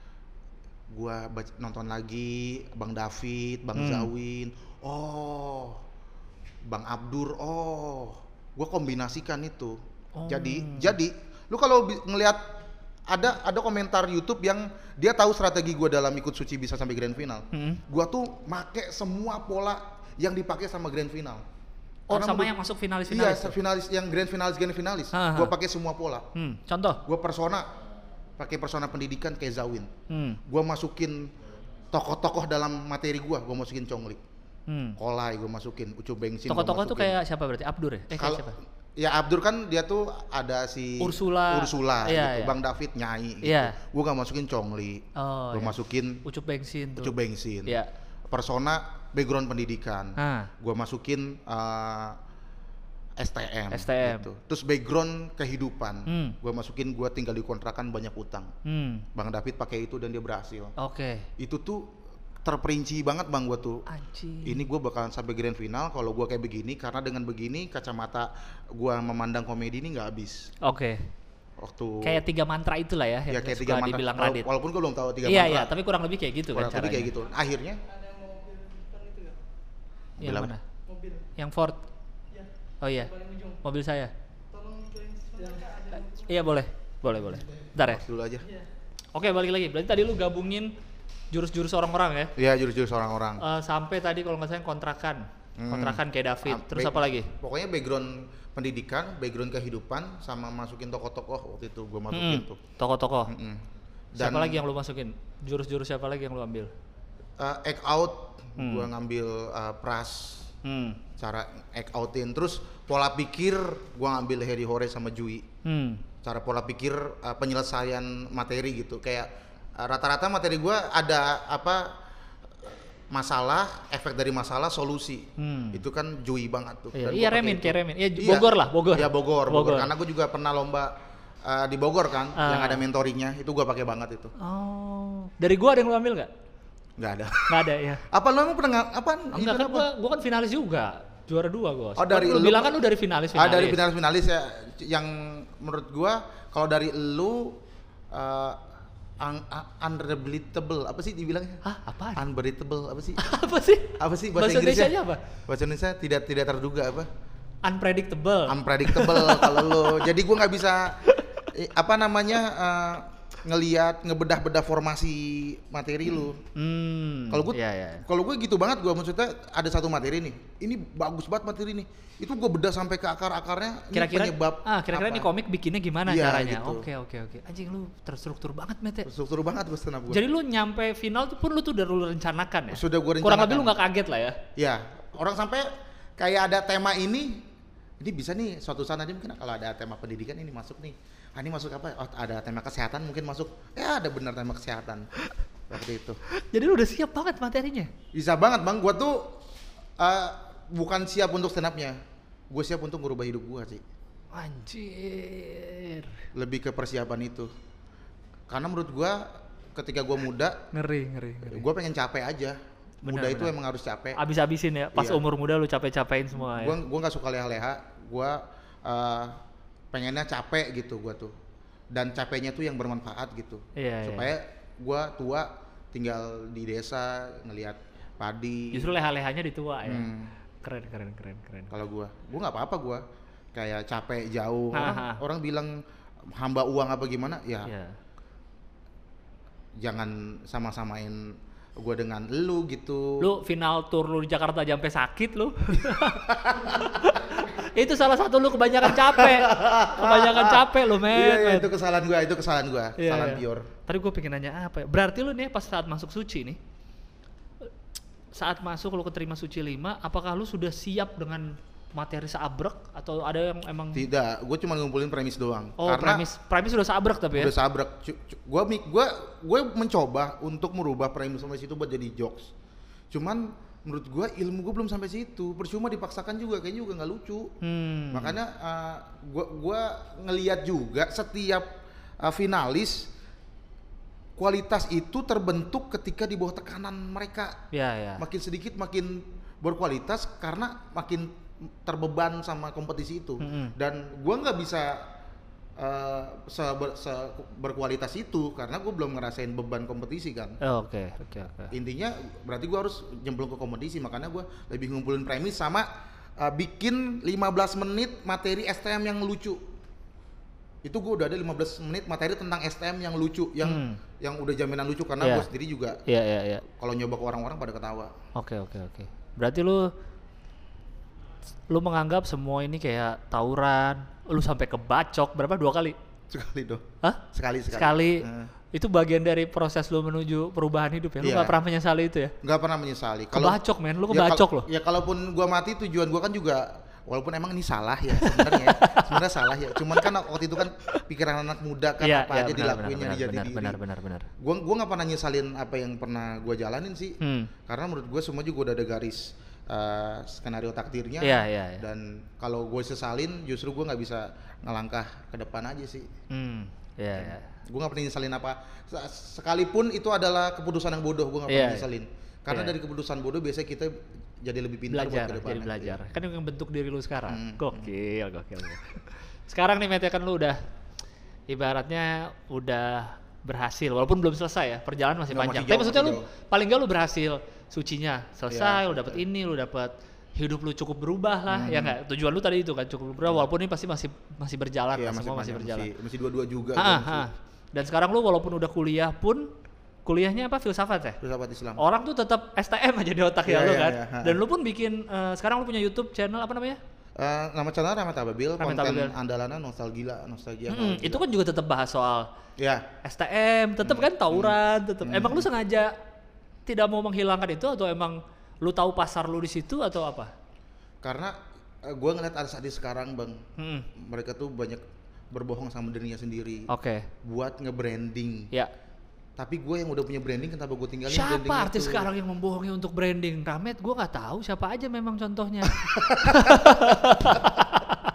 gua bac- nonton lagi Bang David, Bang Hmm. Zawin. Oh, Bang Abdur. Oh, gua kombinasikan itu. Oh. Jadi, jadi lu kalau bi- ngelihat ada ada komentar YouTube yang dia tahu strategi gua dalam ikut Suci bisa sampai grand final. Hmm. Gua tuh make semua pola yang dipakai sama grand final. Oh, Karena sama menurut- yang masuk Iya, finalis-finalis. tuh? finalis yang grand finalis grand finalis. Ha, ha. Gua pakai semua pola. Hmm, contoh. Gua persona pakai persona pendidikan kayak Zawin. Hmm. Gua masukin tokoh-tokoh dalam materi gua, gua masukin Chongli. Hmm. Kolai gua masukin, Ucup Bengsin gua Tokoh-tokoh tuh masukin. kayak siapa berarti? Abdur ya? Eh, kayak Kalau siapa? ya Abdur kan dia tuh ada si Ursula. Ursula Iya, gitu. iya. Bang David Nyai gitu. Iya. Gua gak masukin Chongli. Oh, Gua iya. masukin Ucup Bengsin tuh. Ucup Bengsin. Iya. Persona background pendidikan. Ah. Gua masukin eh, S T M. S T M. Gitu. Terus background kehidupan. Hmm. Gua masukin gua tinggal di kontrakan banyak utang. Hmm. Bang David pakai itu dan dia berhasil. Oke. Itu tuh terperinci banget bang gua tuh. Anjing. Ini gua bakalan sampai grand final kalau gua kayak begini karena dengan begini kacamata gua memandang komedi ini nggak habis. Oke. Waktu Kayak tiga mantra itulah ya yang ya kayak suka tiga mantra. dibilang Wala- Radit. Walaupun gua belum tahu tiga Iya mantra. iya, tapi kurang lebih kayak gitu kan Kurang lebih caranya. kayak gitu. Akhirnya Yang Mobil mana? Yang Ford. Oh iya. Mobil saya. Iya boleh. Boleh boleh. Bentar ya. pause dulu aja. Oke, balik lagi. Berarti tadi lu gabungin jurus-jurus orang-orang ya. Iya jurus-jurus orang-orang. Eh, sampai tadi kalau nggak salah yang kontrakan. Hmm. Kontrakan kayak David. Ah, Terus back- apa lagi? Pokoknya background pendidikan, background kehidupan, sama masukin tokoh-tokoh waktu itu gua masukin Mm-mm. tuh. Tokoh-tokoh. Mm-mm. Siapa lagi yang lu masukin? Jurus-jurus siapa lagi yang lu ambil? uh, act out, Hmm. gua ngambil uh, pras, Hmm. cara act outin. Terus pola pikir gua ngambil Harry Hore sama Jui. Hmm. Cara pola pikir uh, penyelesaian materi gitu. Kayak uh, rata-rata materi gua ada apa masalah, efek dari masalah, solusi. Hmm. Itu kan Jui banget tuh. Iya, Dan iya gua pakai Remin, itu. kayak Remin. Iya, Iya. Bogor lah, Bogor. Iya Bogor, Bogor. Bogor. Karena gue juga pernah lomba uh, di Bogor kan, Ah. yang ada mentoringnya, itu gua pakai banget itu. Oh, dari gua ada yang lu ambil nggak? Nggak ada. Nggak ada ya. Apa lu emang pernah nggak? Apa? Enggak kan gua, gua kan finalis juga, juara dua gua. Oh, dari lu, lu- bilang kan lu dari finalis finalis. Ah, dari finalis-finalis ya, yang menurut gua kalau dari lu uh, un- un- unrelatable apa sih dibilangnya? Hah, apaan? Unbeatable apa sih? Apa sih? Apa sih bahasa, Bahasa Inggrisnya? Indonesianya apa? Bahasa Indonesia tidak tidak terduga apa? Unpredictable. Unpredictable kalau lu. Jadi gua nggak bisa eh, apa namanya uh, ngelihat ngebedah-bedah formasi materi lu. Hmm. Kalau gue, Iya, iya. kalau gue gitu banget gue maksudnya ada satu materi nih, ini bagus banget materi nih, itu gue bedah sampai ke akar-akarnya. Ini Kira-kira penyebab ah kira-kira apa. ini komik bikinnya gimana Iya, caranya? gitu. Oke oke oke. Anjing lu terstruktur banget Mete. Struktur banget gue stand up gue. Jadi lu nyampe final tuh pun lu tuh udah lu rencanakan ya? Sudah gue rencanakan. Kurang lebih lu nggak kaget lah ya? Ya, orang sampai kayak ada tema ini, ini bisa nih suatu saat nanti mungkin kalau ada tema pendidikan ini masuk nih. Ah, ini masuk apa? Oh, ada tema kesehatan mungkin masuk. Ya ada benar tema kesehatan. Seperti itu. Jadi lu udah siap banget materinya? Bisa banget bang, gue tuh uh, bukan siap untuk stand up-nya, gue siap untuk merubah hidup gue sih. Anjir. Lebih ke persiapan itu. Karena menurut gue ketika gue muda, Ngeri ngeri ngeri. gue pengen capek aja. Benar, Muda itu benar. emang harus capek. Abis-abisin ya. Pas Iya. umur muda lu capek-capekin semua ya. Gue gue nggak suka leha-leha. Gue uh, pengennya capek gitu gue tuh. Dan capeknya tuh yang bermanfaat gitu. Iya, Supaya gue tua tinggal di desa ngelihat padi. Justru leha-lehanya di tua ya. Hmm. Keren keren keren keren. Kalau gue, gue nggak apa-apa gue. Kayak capek jauh. Orang, Aha. orang bilang hamba uang apa gimana? Ya. Iya. Jangan sama-samain gue dengan lu gitu. Lu final tour lu di Jakarta aja sampai sakit lu. Itu salah satu lu kebanyakan capek. Kebanyakan capek lu, men. Iya, iya, men. itu kesalahan gue, itu kesalahan gue, Iya, kesalahan iya. pure. Tadi gue pengen nanya apa ya? Berarti lu nih pas saat masuk suci nih, saat masuk lu keterima suci lima, apakah lu sudah siap dengan materi seabrek atau ada yang emang Tidak, gue cuma ngumpulin premis doang. oh Karena premis premis sudah seabrek tapi ya? udah sabrek. Gue gue gue mencoba untuk merubah premis sampai situ buat jadi jokes. Cuman menurut gue ilmu gue belum sampai situ. Percuma dipaksakan juga, kayaknya juga nggak lucu. Hmm. Makanya uh, gue gue ngelihat juga setiap uh, finalis kualitas itu terbentuk ketika di bawah tekanan mereka. Ya ya. Makin sedikit makin berkualitas karena makin terbeban sama kompetisi itu. Mm-hmm. Dan gue nggak bisa uh, se, ber- se berkualitas itu karena gue belum ngerasain beban kompetisi kan. Oh, Oke oke oke. Intinya berarti gue harus nyemplung ke kompetisi, makanya gue lebih ngumpulin premis sama uh, bikin lima belas menit materi S T M yang lucu. Itu gue udah ada lima belas menit materi tentang S T M yang lucu, yang Hmm. yang udah jaminan lucu karena Yeah. gue sendiri juga Iya iya iya. kalau nyoba ke orang-orang pada ketawa. Oke oke oke. Berarti lu lu menganggap semua ini kayak tawuran, lu sampai kebacok berapa dua kali? Sekali dong. Hah? Sekali sekali. Sekali. Eh. Itu bagian dari proses lu menuju perubahan hidup ya. Lu Iya. gak pernah menyesali itu ya? Nggak pernah menyesali. Kebacok, men. Lu Ya, kebacok kal- loh. Ya kalaupun gua mati tujuan gua kan juga walaupun emang ini salah ya sebenarnya. Sebenarnya salah ya. Cuman kan waktu itu kan pikiran anak muda kan Iya, apa iya, aja benar, dilakuinnya benar, di jati benar, diri. benar benar benar. Gua gua nggak pernah nyesalin apa yang pernah gua jalanin sih. Hmm. Karena menurut gua semua juga udah ada garis uh, skenario takdirnya. Iya, iya, iya. Dan kalau gue sesalin justru gua nggak bisa ngelangkah ke depan aja sih. Hmm. Iya, iya. Gue nggak pernah nyesalin apa Se- sekalipun itu adalah keputusan yang bodoh, gue nggak Iya, pernah iya. nyesalin karena Iya. dari keputusan bodoh biasanya kita jadi lebih pintar Belajar, buat ke depan. jadi belajar. Kan yang bentuk diri lu sekarang. Hmm. Gokil, gokil. gokil. Sekarang nih Mete kan lu udah ibaratnya udah berhasil walaupun belum selesai ya, perjalanan masih Nggak, panjang. masih Tapi jauh, maksudnya lu masih jauh. paling enggak lu berhasil sucinya. Selesai, Iya, lu dapet selesai. ini, lu dapet hidup lu cukup berubah lah, Hmm. ya enggak? Tujuan lu tadi itu kan cukup berubah walaupun ini pasti masih masih berjalan, Iya, lah, semua masih panjang, berjalan. masih, masih dua-dua juga. Ah, kan, ah, masih ah. Dan sekarang lu walaupun udah kuliah pun kuliahnya apa filsafat ya? filsafat Islam. Orang tuh tetap S T M aja di otak ya Iya, lu iya, kan. iya, ha. Dan lu pun bikin eh, sekarang lu punya YouTube channel apa namanya? Eh, nama channel Rahmat Ababil, Rahmat konten Ababil. andalannya nostalgia, nostalgia. Mm-mm, itu kan juga tetap bahas soal Ya, S T M, tetap kan tawuran, tetap. Hmm. Emang lu sengaja tidak mau menghilangkan itu atau emang lu tahu pasar lu di situ atau apa? karena uh, gue ngeliat artis-artis sekarang bang, Mm-mm. mereka tuh banyak berbohong sama dirinya sendiri Oke. buat nge-branding. Ya. Tapi gue yang udah punya branding, kenapa gue tinggalin branding Siapa artis itu? sekarang yang membohongi untuk branding? Ramet, gue nggak tahu siapa aja memang contohnya.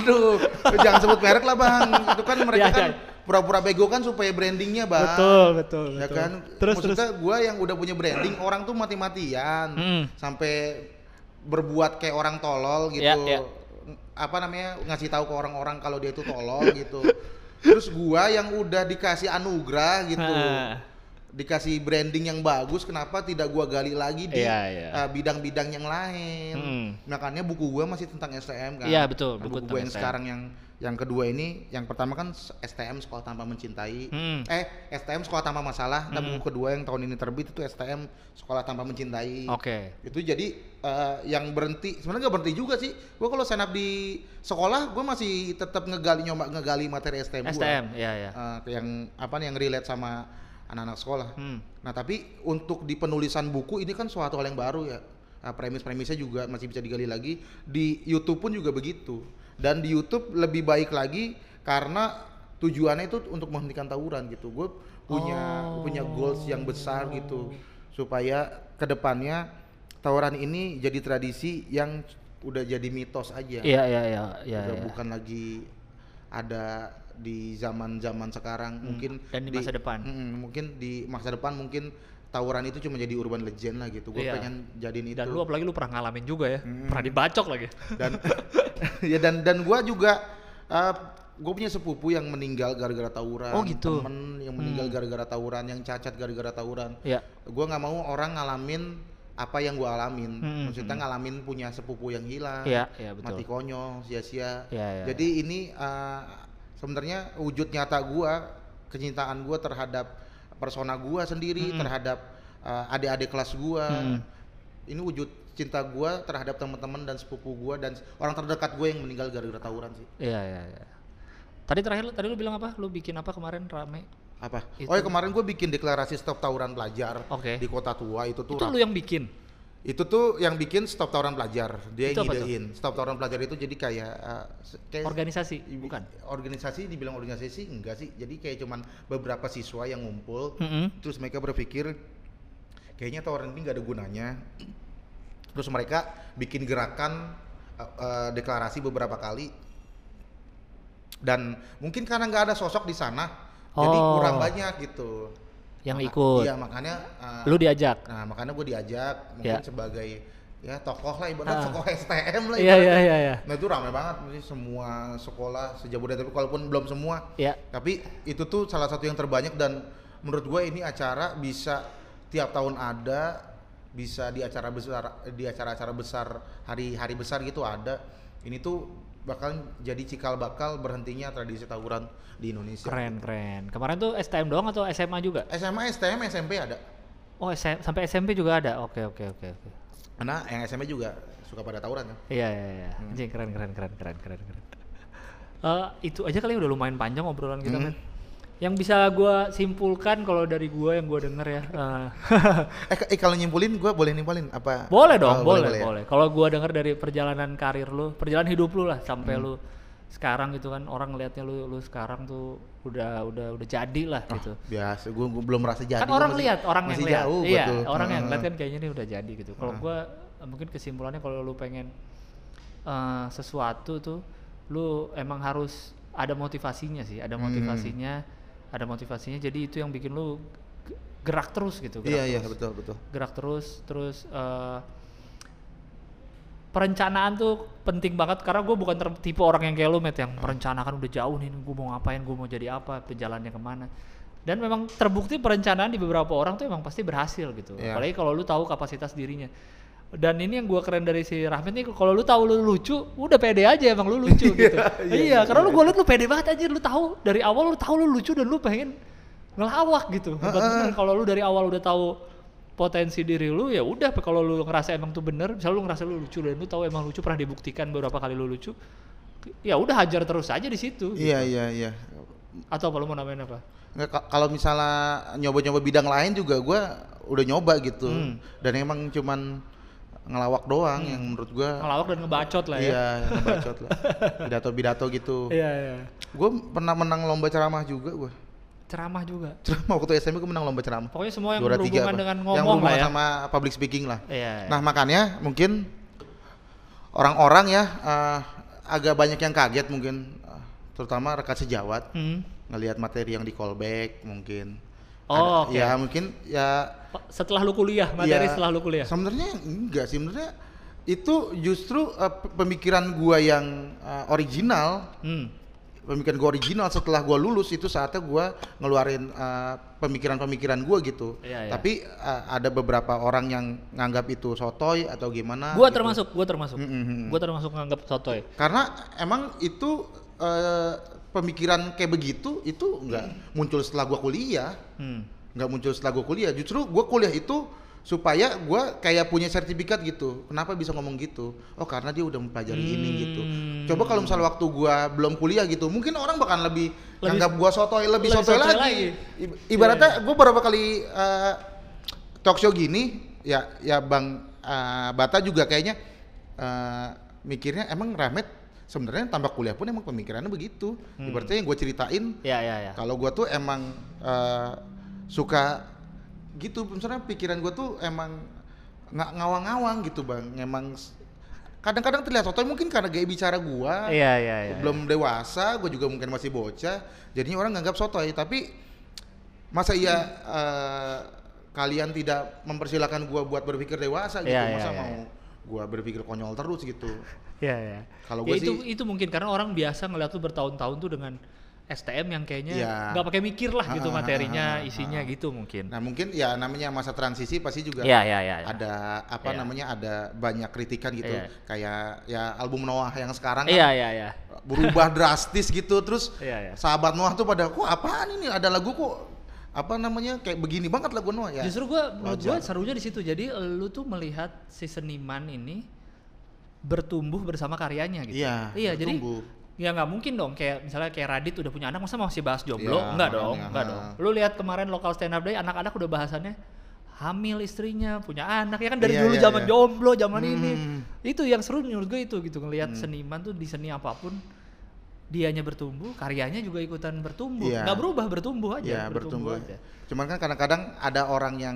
Waduh, jangan sebut merek lah bang. Itu kan mereka Ya, kan ya. pura-pura bego kan supaya brandingnya bang. Betul, betul, Ya betul. kan. Terus, Maksudnya gue yang udah punya branding, orang tuh mati-matian Hmm. sampai berbuat kayak orang tolol gitu. Ya, ya. Apa namanya, ngasih tahu ke orang-orang kalau dia itu tolol gitu. Terus gua yang udah dikasih anugerah gitu. Ah. Dikasih branding yang bagus, kenapa tidak gua gali lagi di Iya, iya. uh, bidang-bidang yang lain. Hmm. Makanya buku gua masih tentang S T M kan. Iya, betul, Nah, buku buku tentang gua yang S T M. sekarang yang yang kedua ini, yang pertama kan S T M Sekolah Tanpa Mencintai. Hmm. Eh, S T M Sekolah Tanpa Masalah. Nah, Hmm. buku kedua yang tahun ini terbit itu S T M Sekolah Tanpa Mencintai. Oke. Itu jadi uh, yang berhenti, sebenarnya nggak berhenti juga sih. Gua kalau stand up di sekolah, gua masih tetap ngegali nyoba ngegali materi S T M S gua. T M, ya ya. Uh, yang apa nih yang relate sama anak-anak sekolah. Hmm. Nah, tapi untuk di penulisan buku ini kan suatu hal yang baru ya. Nah, premis-premisnya juga masih bisa digali lagi. Di YouTube pun juga begitu. Dan di YouTube lebih baik lagi karena tujuannya itu untuk menghentikan tawuran gitu. Gue punya Oh. punya goals yang besar gitu supaya kedepannya tawuran ini jadi tradisi yang udah jadi mitos aja. Iya iya iya iya. Udah iya. bukan lagi ada di zaman-zaman sekarang. Hmm, Mungkin dan di masa depan. Mm, mungkin di masa depan mungkin tawuran itu cuma jadi urban legend lah gitu. Gue Iya. pengen jadiin itu. Dan lu apalagi lu pernah ngalamin juga ya. Hmm. Pernah dibacok lagi. Dan ya dan dan gue juga uh, gue punya sepupu yang meninggal gara-gara tawuran. Oh, gitu. Temen yang meninggal Hmm. gara-gara tawuran, yang cacat gara-gara tawuran. Iya. Gue nggak mau orang ngalamin apa yang gue alamin. Hmm, Maksudnya hmm. ngalamin punya sepupu yang hilang. Iya, iya betul. Mati konyol, sia-sia. Iya, iya, Jadi ini uh, sebenarnya wujud nyata gua, kecintaan gua terhadap persona gua sendiri, Mm-mm. terhadap uh, adik-adik kelas gua. Mm-mm. Ini wujud cinta gua terhadap teman-teman dan sepupu gua dan orang terdekat gua yang meninggal gara-gara tawuran sih. Iya iya iya. Tadi terakhir lu- tadi lu bilang apa? Lu bikin apa kemarin rame? Apa? Itu. Oh ya kemarin gua bikin deklarasi stop tawuran pelajar Oke. di Kota Tua itu tuh. Itu rap- lu yang bikin. Itu tuh yang bikin stop tawuran pelajar. Dia Itu yang apa tuh? ngidein. Stop tawuran pelajar itu jadi kayak uh, se- kayak Organisasi, Ibi- bukan? Organisasi, dibilang organisasi enggak sih. Jadi kayak cuman beberapa siswa yang ngumpul, Mm-mm. terus mereka berpikir kayaknya tawuran ini nggak ada gunanya. Terus mereka bikin gerakan uh, uh, deklarasi beberapa kali. Dan mungkin karena nggak ada sosok di sana, jadi Oh. kurang banyak gitu. Yang Maka- ikut. Iya, makanya uh, Lu diajak. Nah, makanya gue diajak mungkin Ya. sebagai ya tokoh lah ibarat Ah. tokoh S T M lah Iya iya ibaratnya. iya iya. Nah itu ramai banget mesti semua sekolah sejabodetabek walaupun belum semua. Iya. Tapi itu tuh salah satu yang terbanyak dan menurut gue ini acara bisa tiap tahun ada, bisa di acara besar di acara-acara besar hari-hari besar gitu ada. Ini tuh bakal jadi cikal bakal berhentinya tradisi tawuran di Indonesia. Keren keren. Kemarin tuh S T M doang atau S M A juga? S M A, S T M, S M P ada. Oh S M, sampai S M P juga ada. Oke oke oke oke. Karena yang S M P juga suka pada tawuran kan. Iya iya iya. Hmm. Anjing keren keren keren keren keren keren. Eh, itu aja kali udah lumayan panjang obrolan kita Hmm. men. Yang bisa gua simpulkan kalau dari gua yang gua denger ya. eh, Eh, eh kalau nyimpulin gue boleh nyimpulin apa? boleh dong, Oh, boleh ya. boleh. Kalau gua denger dari perjalanan karir lu, perjalanan hidup lu lah sampai Hmm. lu sekarang gitu kan orang ngelihatnya lu lu sekarang tuh udah udah udah jadi lah Oh, gitu. biasa, gue belum merasa jadi. Kan gua orang masih- lihat, orang yang masih lihat. jauh, Iya, betul. orang yang Heeh. lihat kan kayaknya ini udah jadi gitu. Kalau Heeh. gua eh, mungkin kesimpulannya kalau lu pengen eh, sesuatu tuh lu emang harus ada motivasinya sih, ada Hmm. motivasinya, ada motivasinya. Jadi itu yang bikin lu ge- gerak terus gitu, gerak Iya iya terus. betul betul. Gerak terus, terus eh, perencanaan tuh penting banget karena gue bukan ter- tipe orang yang kayak lu Met yang merencanakan udah jauh nih gue mau ngapain, gue mau jadi apa, jalannya kemana. Dan memang terbukti perencanaan di beberapa orang tuh emang pasti berhasil gitu. Iya. Apalagi kalau lu tahu kapasitas dirinya. Dan ini yang gue keren dari si Rahmat nih, kalau lu tahu lu lucu, udah pede aja emang lu lucu gitu. iya, Iya, karena iya. lu gue liat lu pede banget aja, lu tahu dari awal lu tahu lu lucu dan lu pengen ngelawak gitu. Hebat bener kalau lu dari awal udah tahu potensi diri lu, ya udah kalau lu ngerasa emang tuh bener, misalnya lu ngerasa lu lucu dan lu tahu emang lucu, pernah dibuktikan beberapa kali lu lucu, ya udah hajar terus aja di situ. Iya gitu. iya iya. Atau apa lu mau namain apa? Nggak, ka- kalau misalnya nyoba-nyoba bidang lain juga gue udah nyoba gitu. Hmm. Dan emang cuman ngelawak doang yang menurut gue. Ngelawak dan ngebacot lah ya. Iya, ngebacot lah. Pidato-pidato gitu. Iya iya. Gue pernah menang lomba ceramah juga gue. Ceramah juga. Ceramah waktu S M P gue menang lomba ceramah. Pokoknya semua yang Juara tiga berhubungan apa. dengan Yang ngomong lah berhubungan ya. sama public speaking lah. Iya. Nah makanya mungkin orang-orang ya uh, agak banyak yang kaget mungkin, terutama rekan sejawat Hmm. ngelihat materi yang di callback mungkin. Oh, Ada- oke. Ya mungkin ya. Setelah lu kuliah, materi ya, setelah lu kuliah. Sebenarnya enggak sih, sebenarnya itu justru uh, p- pemikiran gua yang uh, original. Hmm. Pemikiran gua original setelah gua lulus itu saatnya gua ngeluarin uh, pemikiran-pemikiran gua gitu. Iya, iya. Tapi uh, ada beberapa orang yang nganggap itu sotoy atau gimana. Gua gitu. termasuk, gua termasuk. Mm-mm. Gua termasuk nganggap sotoy. Karena emang itu uh, pemikiran kayak begitu itu nggak muncul setelah gua kuliah, Hmm. nggak muncul setelah gua kuliah. Justru gua kuliah itu supaya gua kayak punya sertifikat gitu. Kenapa bisa ngomong gitu? Oh karena dia udah mempelajari ini gitu. Hmm. Coba kalau misalnya waktu gua belum kuliah gitu, mungkin orang bakal lebih, Lebih- nganggap gua sotoy, lebih, lebih sotoy, sotoy lagi. lagi. I- Ibaratnya gua beberapa kali uh, talk show gini, ya ya Bang uh, Bata juga kayaknya uh, mikirnya emang Ramet sebenarnya tambah kuliah pun emang pemikirannya begitu. Hmm. Ibaratnya yang gue ceritain, Ya, ya, ya. kalau gue tuh emang uh, suka gitu, misalnya pikiran gue tuh emang nggak ngawang-ngawang gitu bang, emang s- kadang-kadang terlihat sotoy mungkin karena gaya bicara gue, Iya, iya, iya. belum dewasa, gue juga mungkin masih bocah, jadinya orang nganggap sotoy. Tapi masa iya uh, kalian tidak mempersilahkan gue buat berpikir dewasa gitu, Iya, iya, masa iya, mau iya. gue berpikir konyol terus gitu. Iya, ya. Kalau Ya gua itu sih- itu mungkin karena orang biasa ngeliat lu bertahun-tahun tuh dengan S T M yang kayaknya Iya. nggak pakai mikir lah gitu Ah, ah, materinya, ah, ah, isinya ah. gitu mungkin. Nah mungkin ya namanya masa transisi pasti juga Iya, iya, iya. ada apa Iya. namanya ada banyak kritikan gitu, Iya. kayak ya album Noah yang sekarang kan Iya, iya, iya. berubah drastis gitu, terus Iya, iya. sahabat Noah tuh pada kok apaan ini, ada lagu kok apa namanya kayak begini banget lagu Noah ya. Justru gua menurut gua wajar. serunya di situ. Jadi lu tuh melihat si seniman ini bertumbuh bersama karyanya gitu. Iya, Iya, jadi bertumbuh. ya nggak mungkin dong kayak misalnya kayak Radit udah punya anak masa masih bahas jomblo? Iya, Enggak dong, makanya, enggak ha. dong. Lu lihat kemarin lokal stand up day anak-anak udah bahasannya hamil istrinya, punya anak ya kan dari Iya, dulu iya, zaman iya. jomblo, zaman Hmm. ini. Itu yang seru menurut gue itu gitu ngelihat seniman tuh di seni apapun dianya bertumbuh, karyanya juga ikutan bertumbuh. Iya. Nggak berubah, bertumbuh aja, Iya bertumbuh. aja. Cuman kan kadang-kadang ada orang yang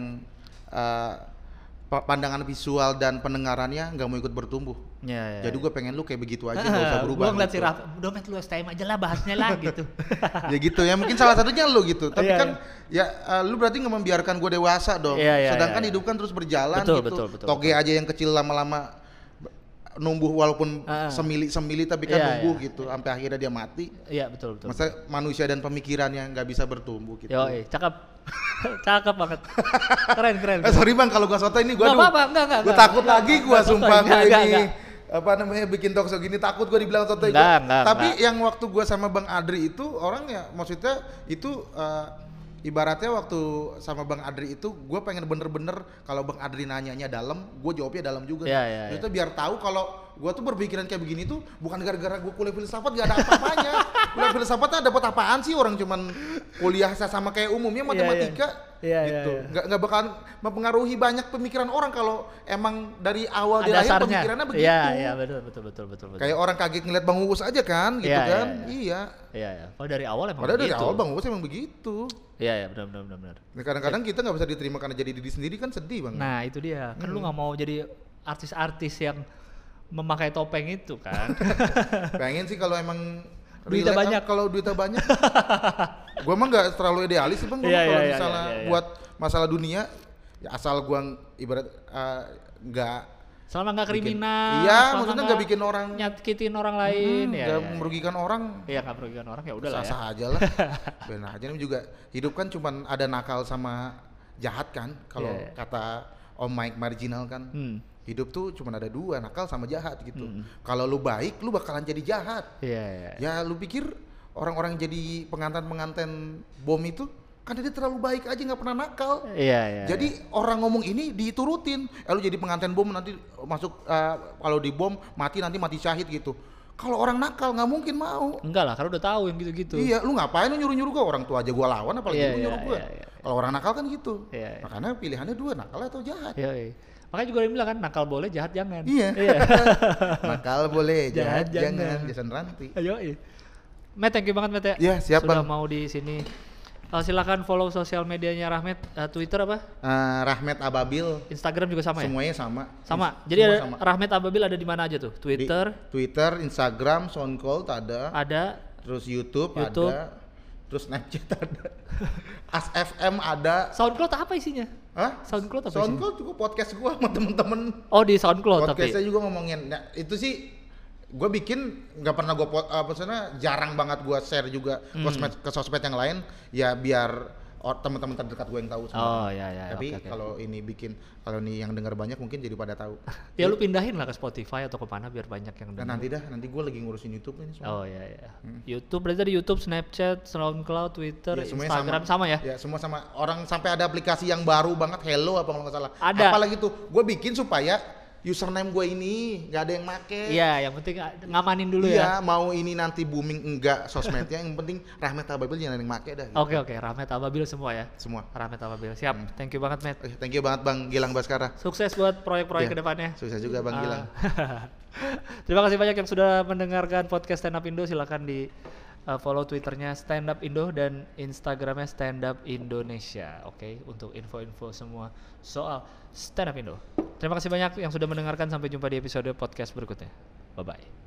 uh, pa- pandangan visual dan pendengarannya nggak mau ikut bertumbuh. Ya, ya, Jadi ya. gue pengen lu kayak begitu aja, nggak usah berubah. Gue ngeliat si gitu. Raf, udah met lu S T M aja lah bahasnya lah gitu. Ya gitu ya, mungkin salah satunya lu gitu. Tapi Iya, kan ya uh, lu berarti nggak membiarkan gue dewasa dong. Iya, iya, Sedangkan iya, iya. hidup kan terus berjalan Betul, gitu. betul, betul, Toge aja yang kecil lama-lama b- numbuh walaupun Ah. semili-semili tapi kan Iya, numbuh iya. gitu sampai akhirnya dia mati. Iya betul betul. Masa manusia dan pemikirannya nggak bisa bertumbuh gitu. Yo, cakep, cakep banget, keren keren. Eh sorry bang, kalau gua soto ini gua Nggak aduh, apa-apa, nggak, nggak, gua nggak. takut Nggak, lagi nggak, gua nggak sumpah sotoy. gua Nggak, ini nggak, apa namanya bikin talk show gini takut gua dibilang sotoy. Nggak, Gua- nggak, Tapi nggak. yang waktu gua sama Bang Adri itu orang ya maksudnya itu eh, ibaratnya waktu sama Bang Adri itu gue pengen bener-bener kalau Bang Adri nanyanya dalam, gue jawabnya dalam juga. Iya, iya, Maksudnya biar tahu kalau gue tuh berpikiran kayak begini tuh bukan gara-gara gue kuliah filsafat gak ada apa-apanya. Kuliah filsafatnya dapat apaan sih, orang cuman kuliah sama kayak umumnya Iya, matematika iya. Iya, gitu. iya, iya. Nggak nggak bakalan mempengaruhi banyak pemikiran orang kalau emang dari awal dia lahir Dasarnya. pemikirannya begitu. Iya iya betul betul betul betul betul. Kayak orang kaget ngeliat Bang Uus aja kan gitu Iya, iya, kan. iya. Iya. Iya iya. Oh dari awal emang Padahal dari begitu. awal Bang Uus emang begitu. Iya iya benar benar benar. benar. Nah, kadang-kadang kita nggak bisa diterima karena jadi diri sendiri kan sedih bang. Nah itu dia. Kan lu nggak mau jadi artis-artis yang memakai topeng itu kan. Pengen sih kalau emang Duitnya relate, banyak. ah, kalau duitnya banyak. Gua emang nggak terlalu idealis sih bang. Gua Iya, mah kalau iya, iya, misalnya iya, iya. buat masalah dunia, ya asal gua ng- ibarat eh, nggak Selama nggak bikin- kriminal. Iya, selama maksudnya nggak bikin orang nyakitin orang lain. hmm, ya, nggak ya, ya. merugikan orang. Iya nggak merugikan orang ya udah lah ya. Sah-sah aja lah. Benar aja nih juga hidup kan cuman ada nakal sama jahat kan. Kalau Iya, iya. kata Om Mike Marginal kan. Hmm. Hidup tuh cuma ada dua, nakal sama jahat gitu. Hmm. Kalau lu baik, lu bakalan jadi jahat. Iya iya. Ya lu pikir orang-orang jadi pengantin-pengantin bom itu kan dia terlalu baik aja nggak pernah nakal. Iya iya. Jadi orang ngomong ini diturutin. Eh, lu jadi pengantin bom nanti masuk eh, kalau di bom mati nanti mati syahid gitu. Kalau orang nakal nggak mungkin mau. enggak lah karena udah tahu yang gitu-gitu. Iya, lu ngapain lu nyuruh-nyuruh gua, orang tua aja gua lawan apalagi Iya, lu nyuruh iya, gua. iya, iya. Kalau orang nakal kan gitu. Iya, iya. Makanya pilihannya dua, nakal atau jahat. Iya, iya. Makanya juga dia bilang kan nakal boleh jahat jangan. Iya. Iya. Nakal boleh, Jahat jahat, jangan. jangan. Jason Ranti. Ayo. Matt, thank you banget Matt ya. Iya, siap, Sudah Bang. mau di sini Uh, silakan follow sosial medianya Rahmat, uh, Twitter apa? Uh, Rahmat Ababil. Instagram juga sama ya? Semuanya sama. Sama. Ins- Jadi semua ada sama. Rahmat Ababil ada di mana aja tuh? Twitter, Di Twitter, Instagram, SoundCloud ada. ada, Terus YouTube, YouTube. ada. Terus Snapchat ada. As F M ada. SoundCloud apa isinya? Hah? SoundCloud apa SoundCloud juga podcast gua sama temen-temen. Oh, di SoundCloud tapi. Podcastnya juga ngomongin. Nah, itu sih gue bikin nggak pernah gue apa sana jarang banget gue share juga Hmm. sosmed, ke sosmed yang lain ya biar or, teman-teman terdekat gue yang tahu semua. Oh ya ya. Tapi oke, oke. kalau ini bikin kalau ini yang dengar banyak mungkin jadi pada tahu. Ya lu pindahin lah ke Spotify atau kemana biar banyak yang Dan denger. nanti dah nanti gue lagi ngurusin YouTube ini semua. Oh ya ya. YouTube berarti ada YouTube, Snapchat, SoundCloud, Twitter, Ya, semuanya Instagram sama, ya? Ya semua sama. Orang sampai ada aplikasi yang baru banget Hello apa kalau nggak salah. Ada. Apalagi tuh gue bikin supaya username gue ini nggak ada yang make. Iya, yang penting ngamanin dulu Iya, ya. mau ini nanti booming enggak sosmednya, yang penting Rahmat Ababil jangan ada yang make dah. Gitu. Oke oke, Rahmat Ababil semua ya. Semua. Rahmat Ababil. Siap. Hmm. Thank you banget, Matt. Eh, Thank you banget Bang Gilang Baskara. Sukses buat proyek-proyek Iya, kedepannya. Sukses juga Bang Ah. Gilang. Terima kasih banyak yang sudah mendengarkan podcast Stand Up Indo. Silakan di uh, follow Twitternya Stand Up Indo dan Instagramnya Stand Up Indonesia. Oke, untuk info-info semua soal Stand Up Indo. Terima kasih banyak yang sudah mendengarkan. Sampai jumpa di episode podcast berikutnya. Bye bye.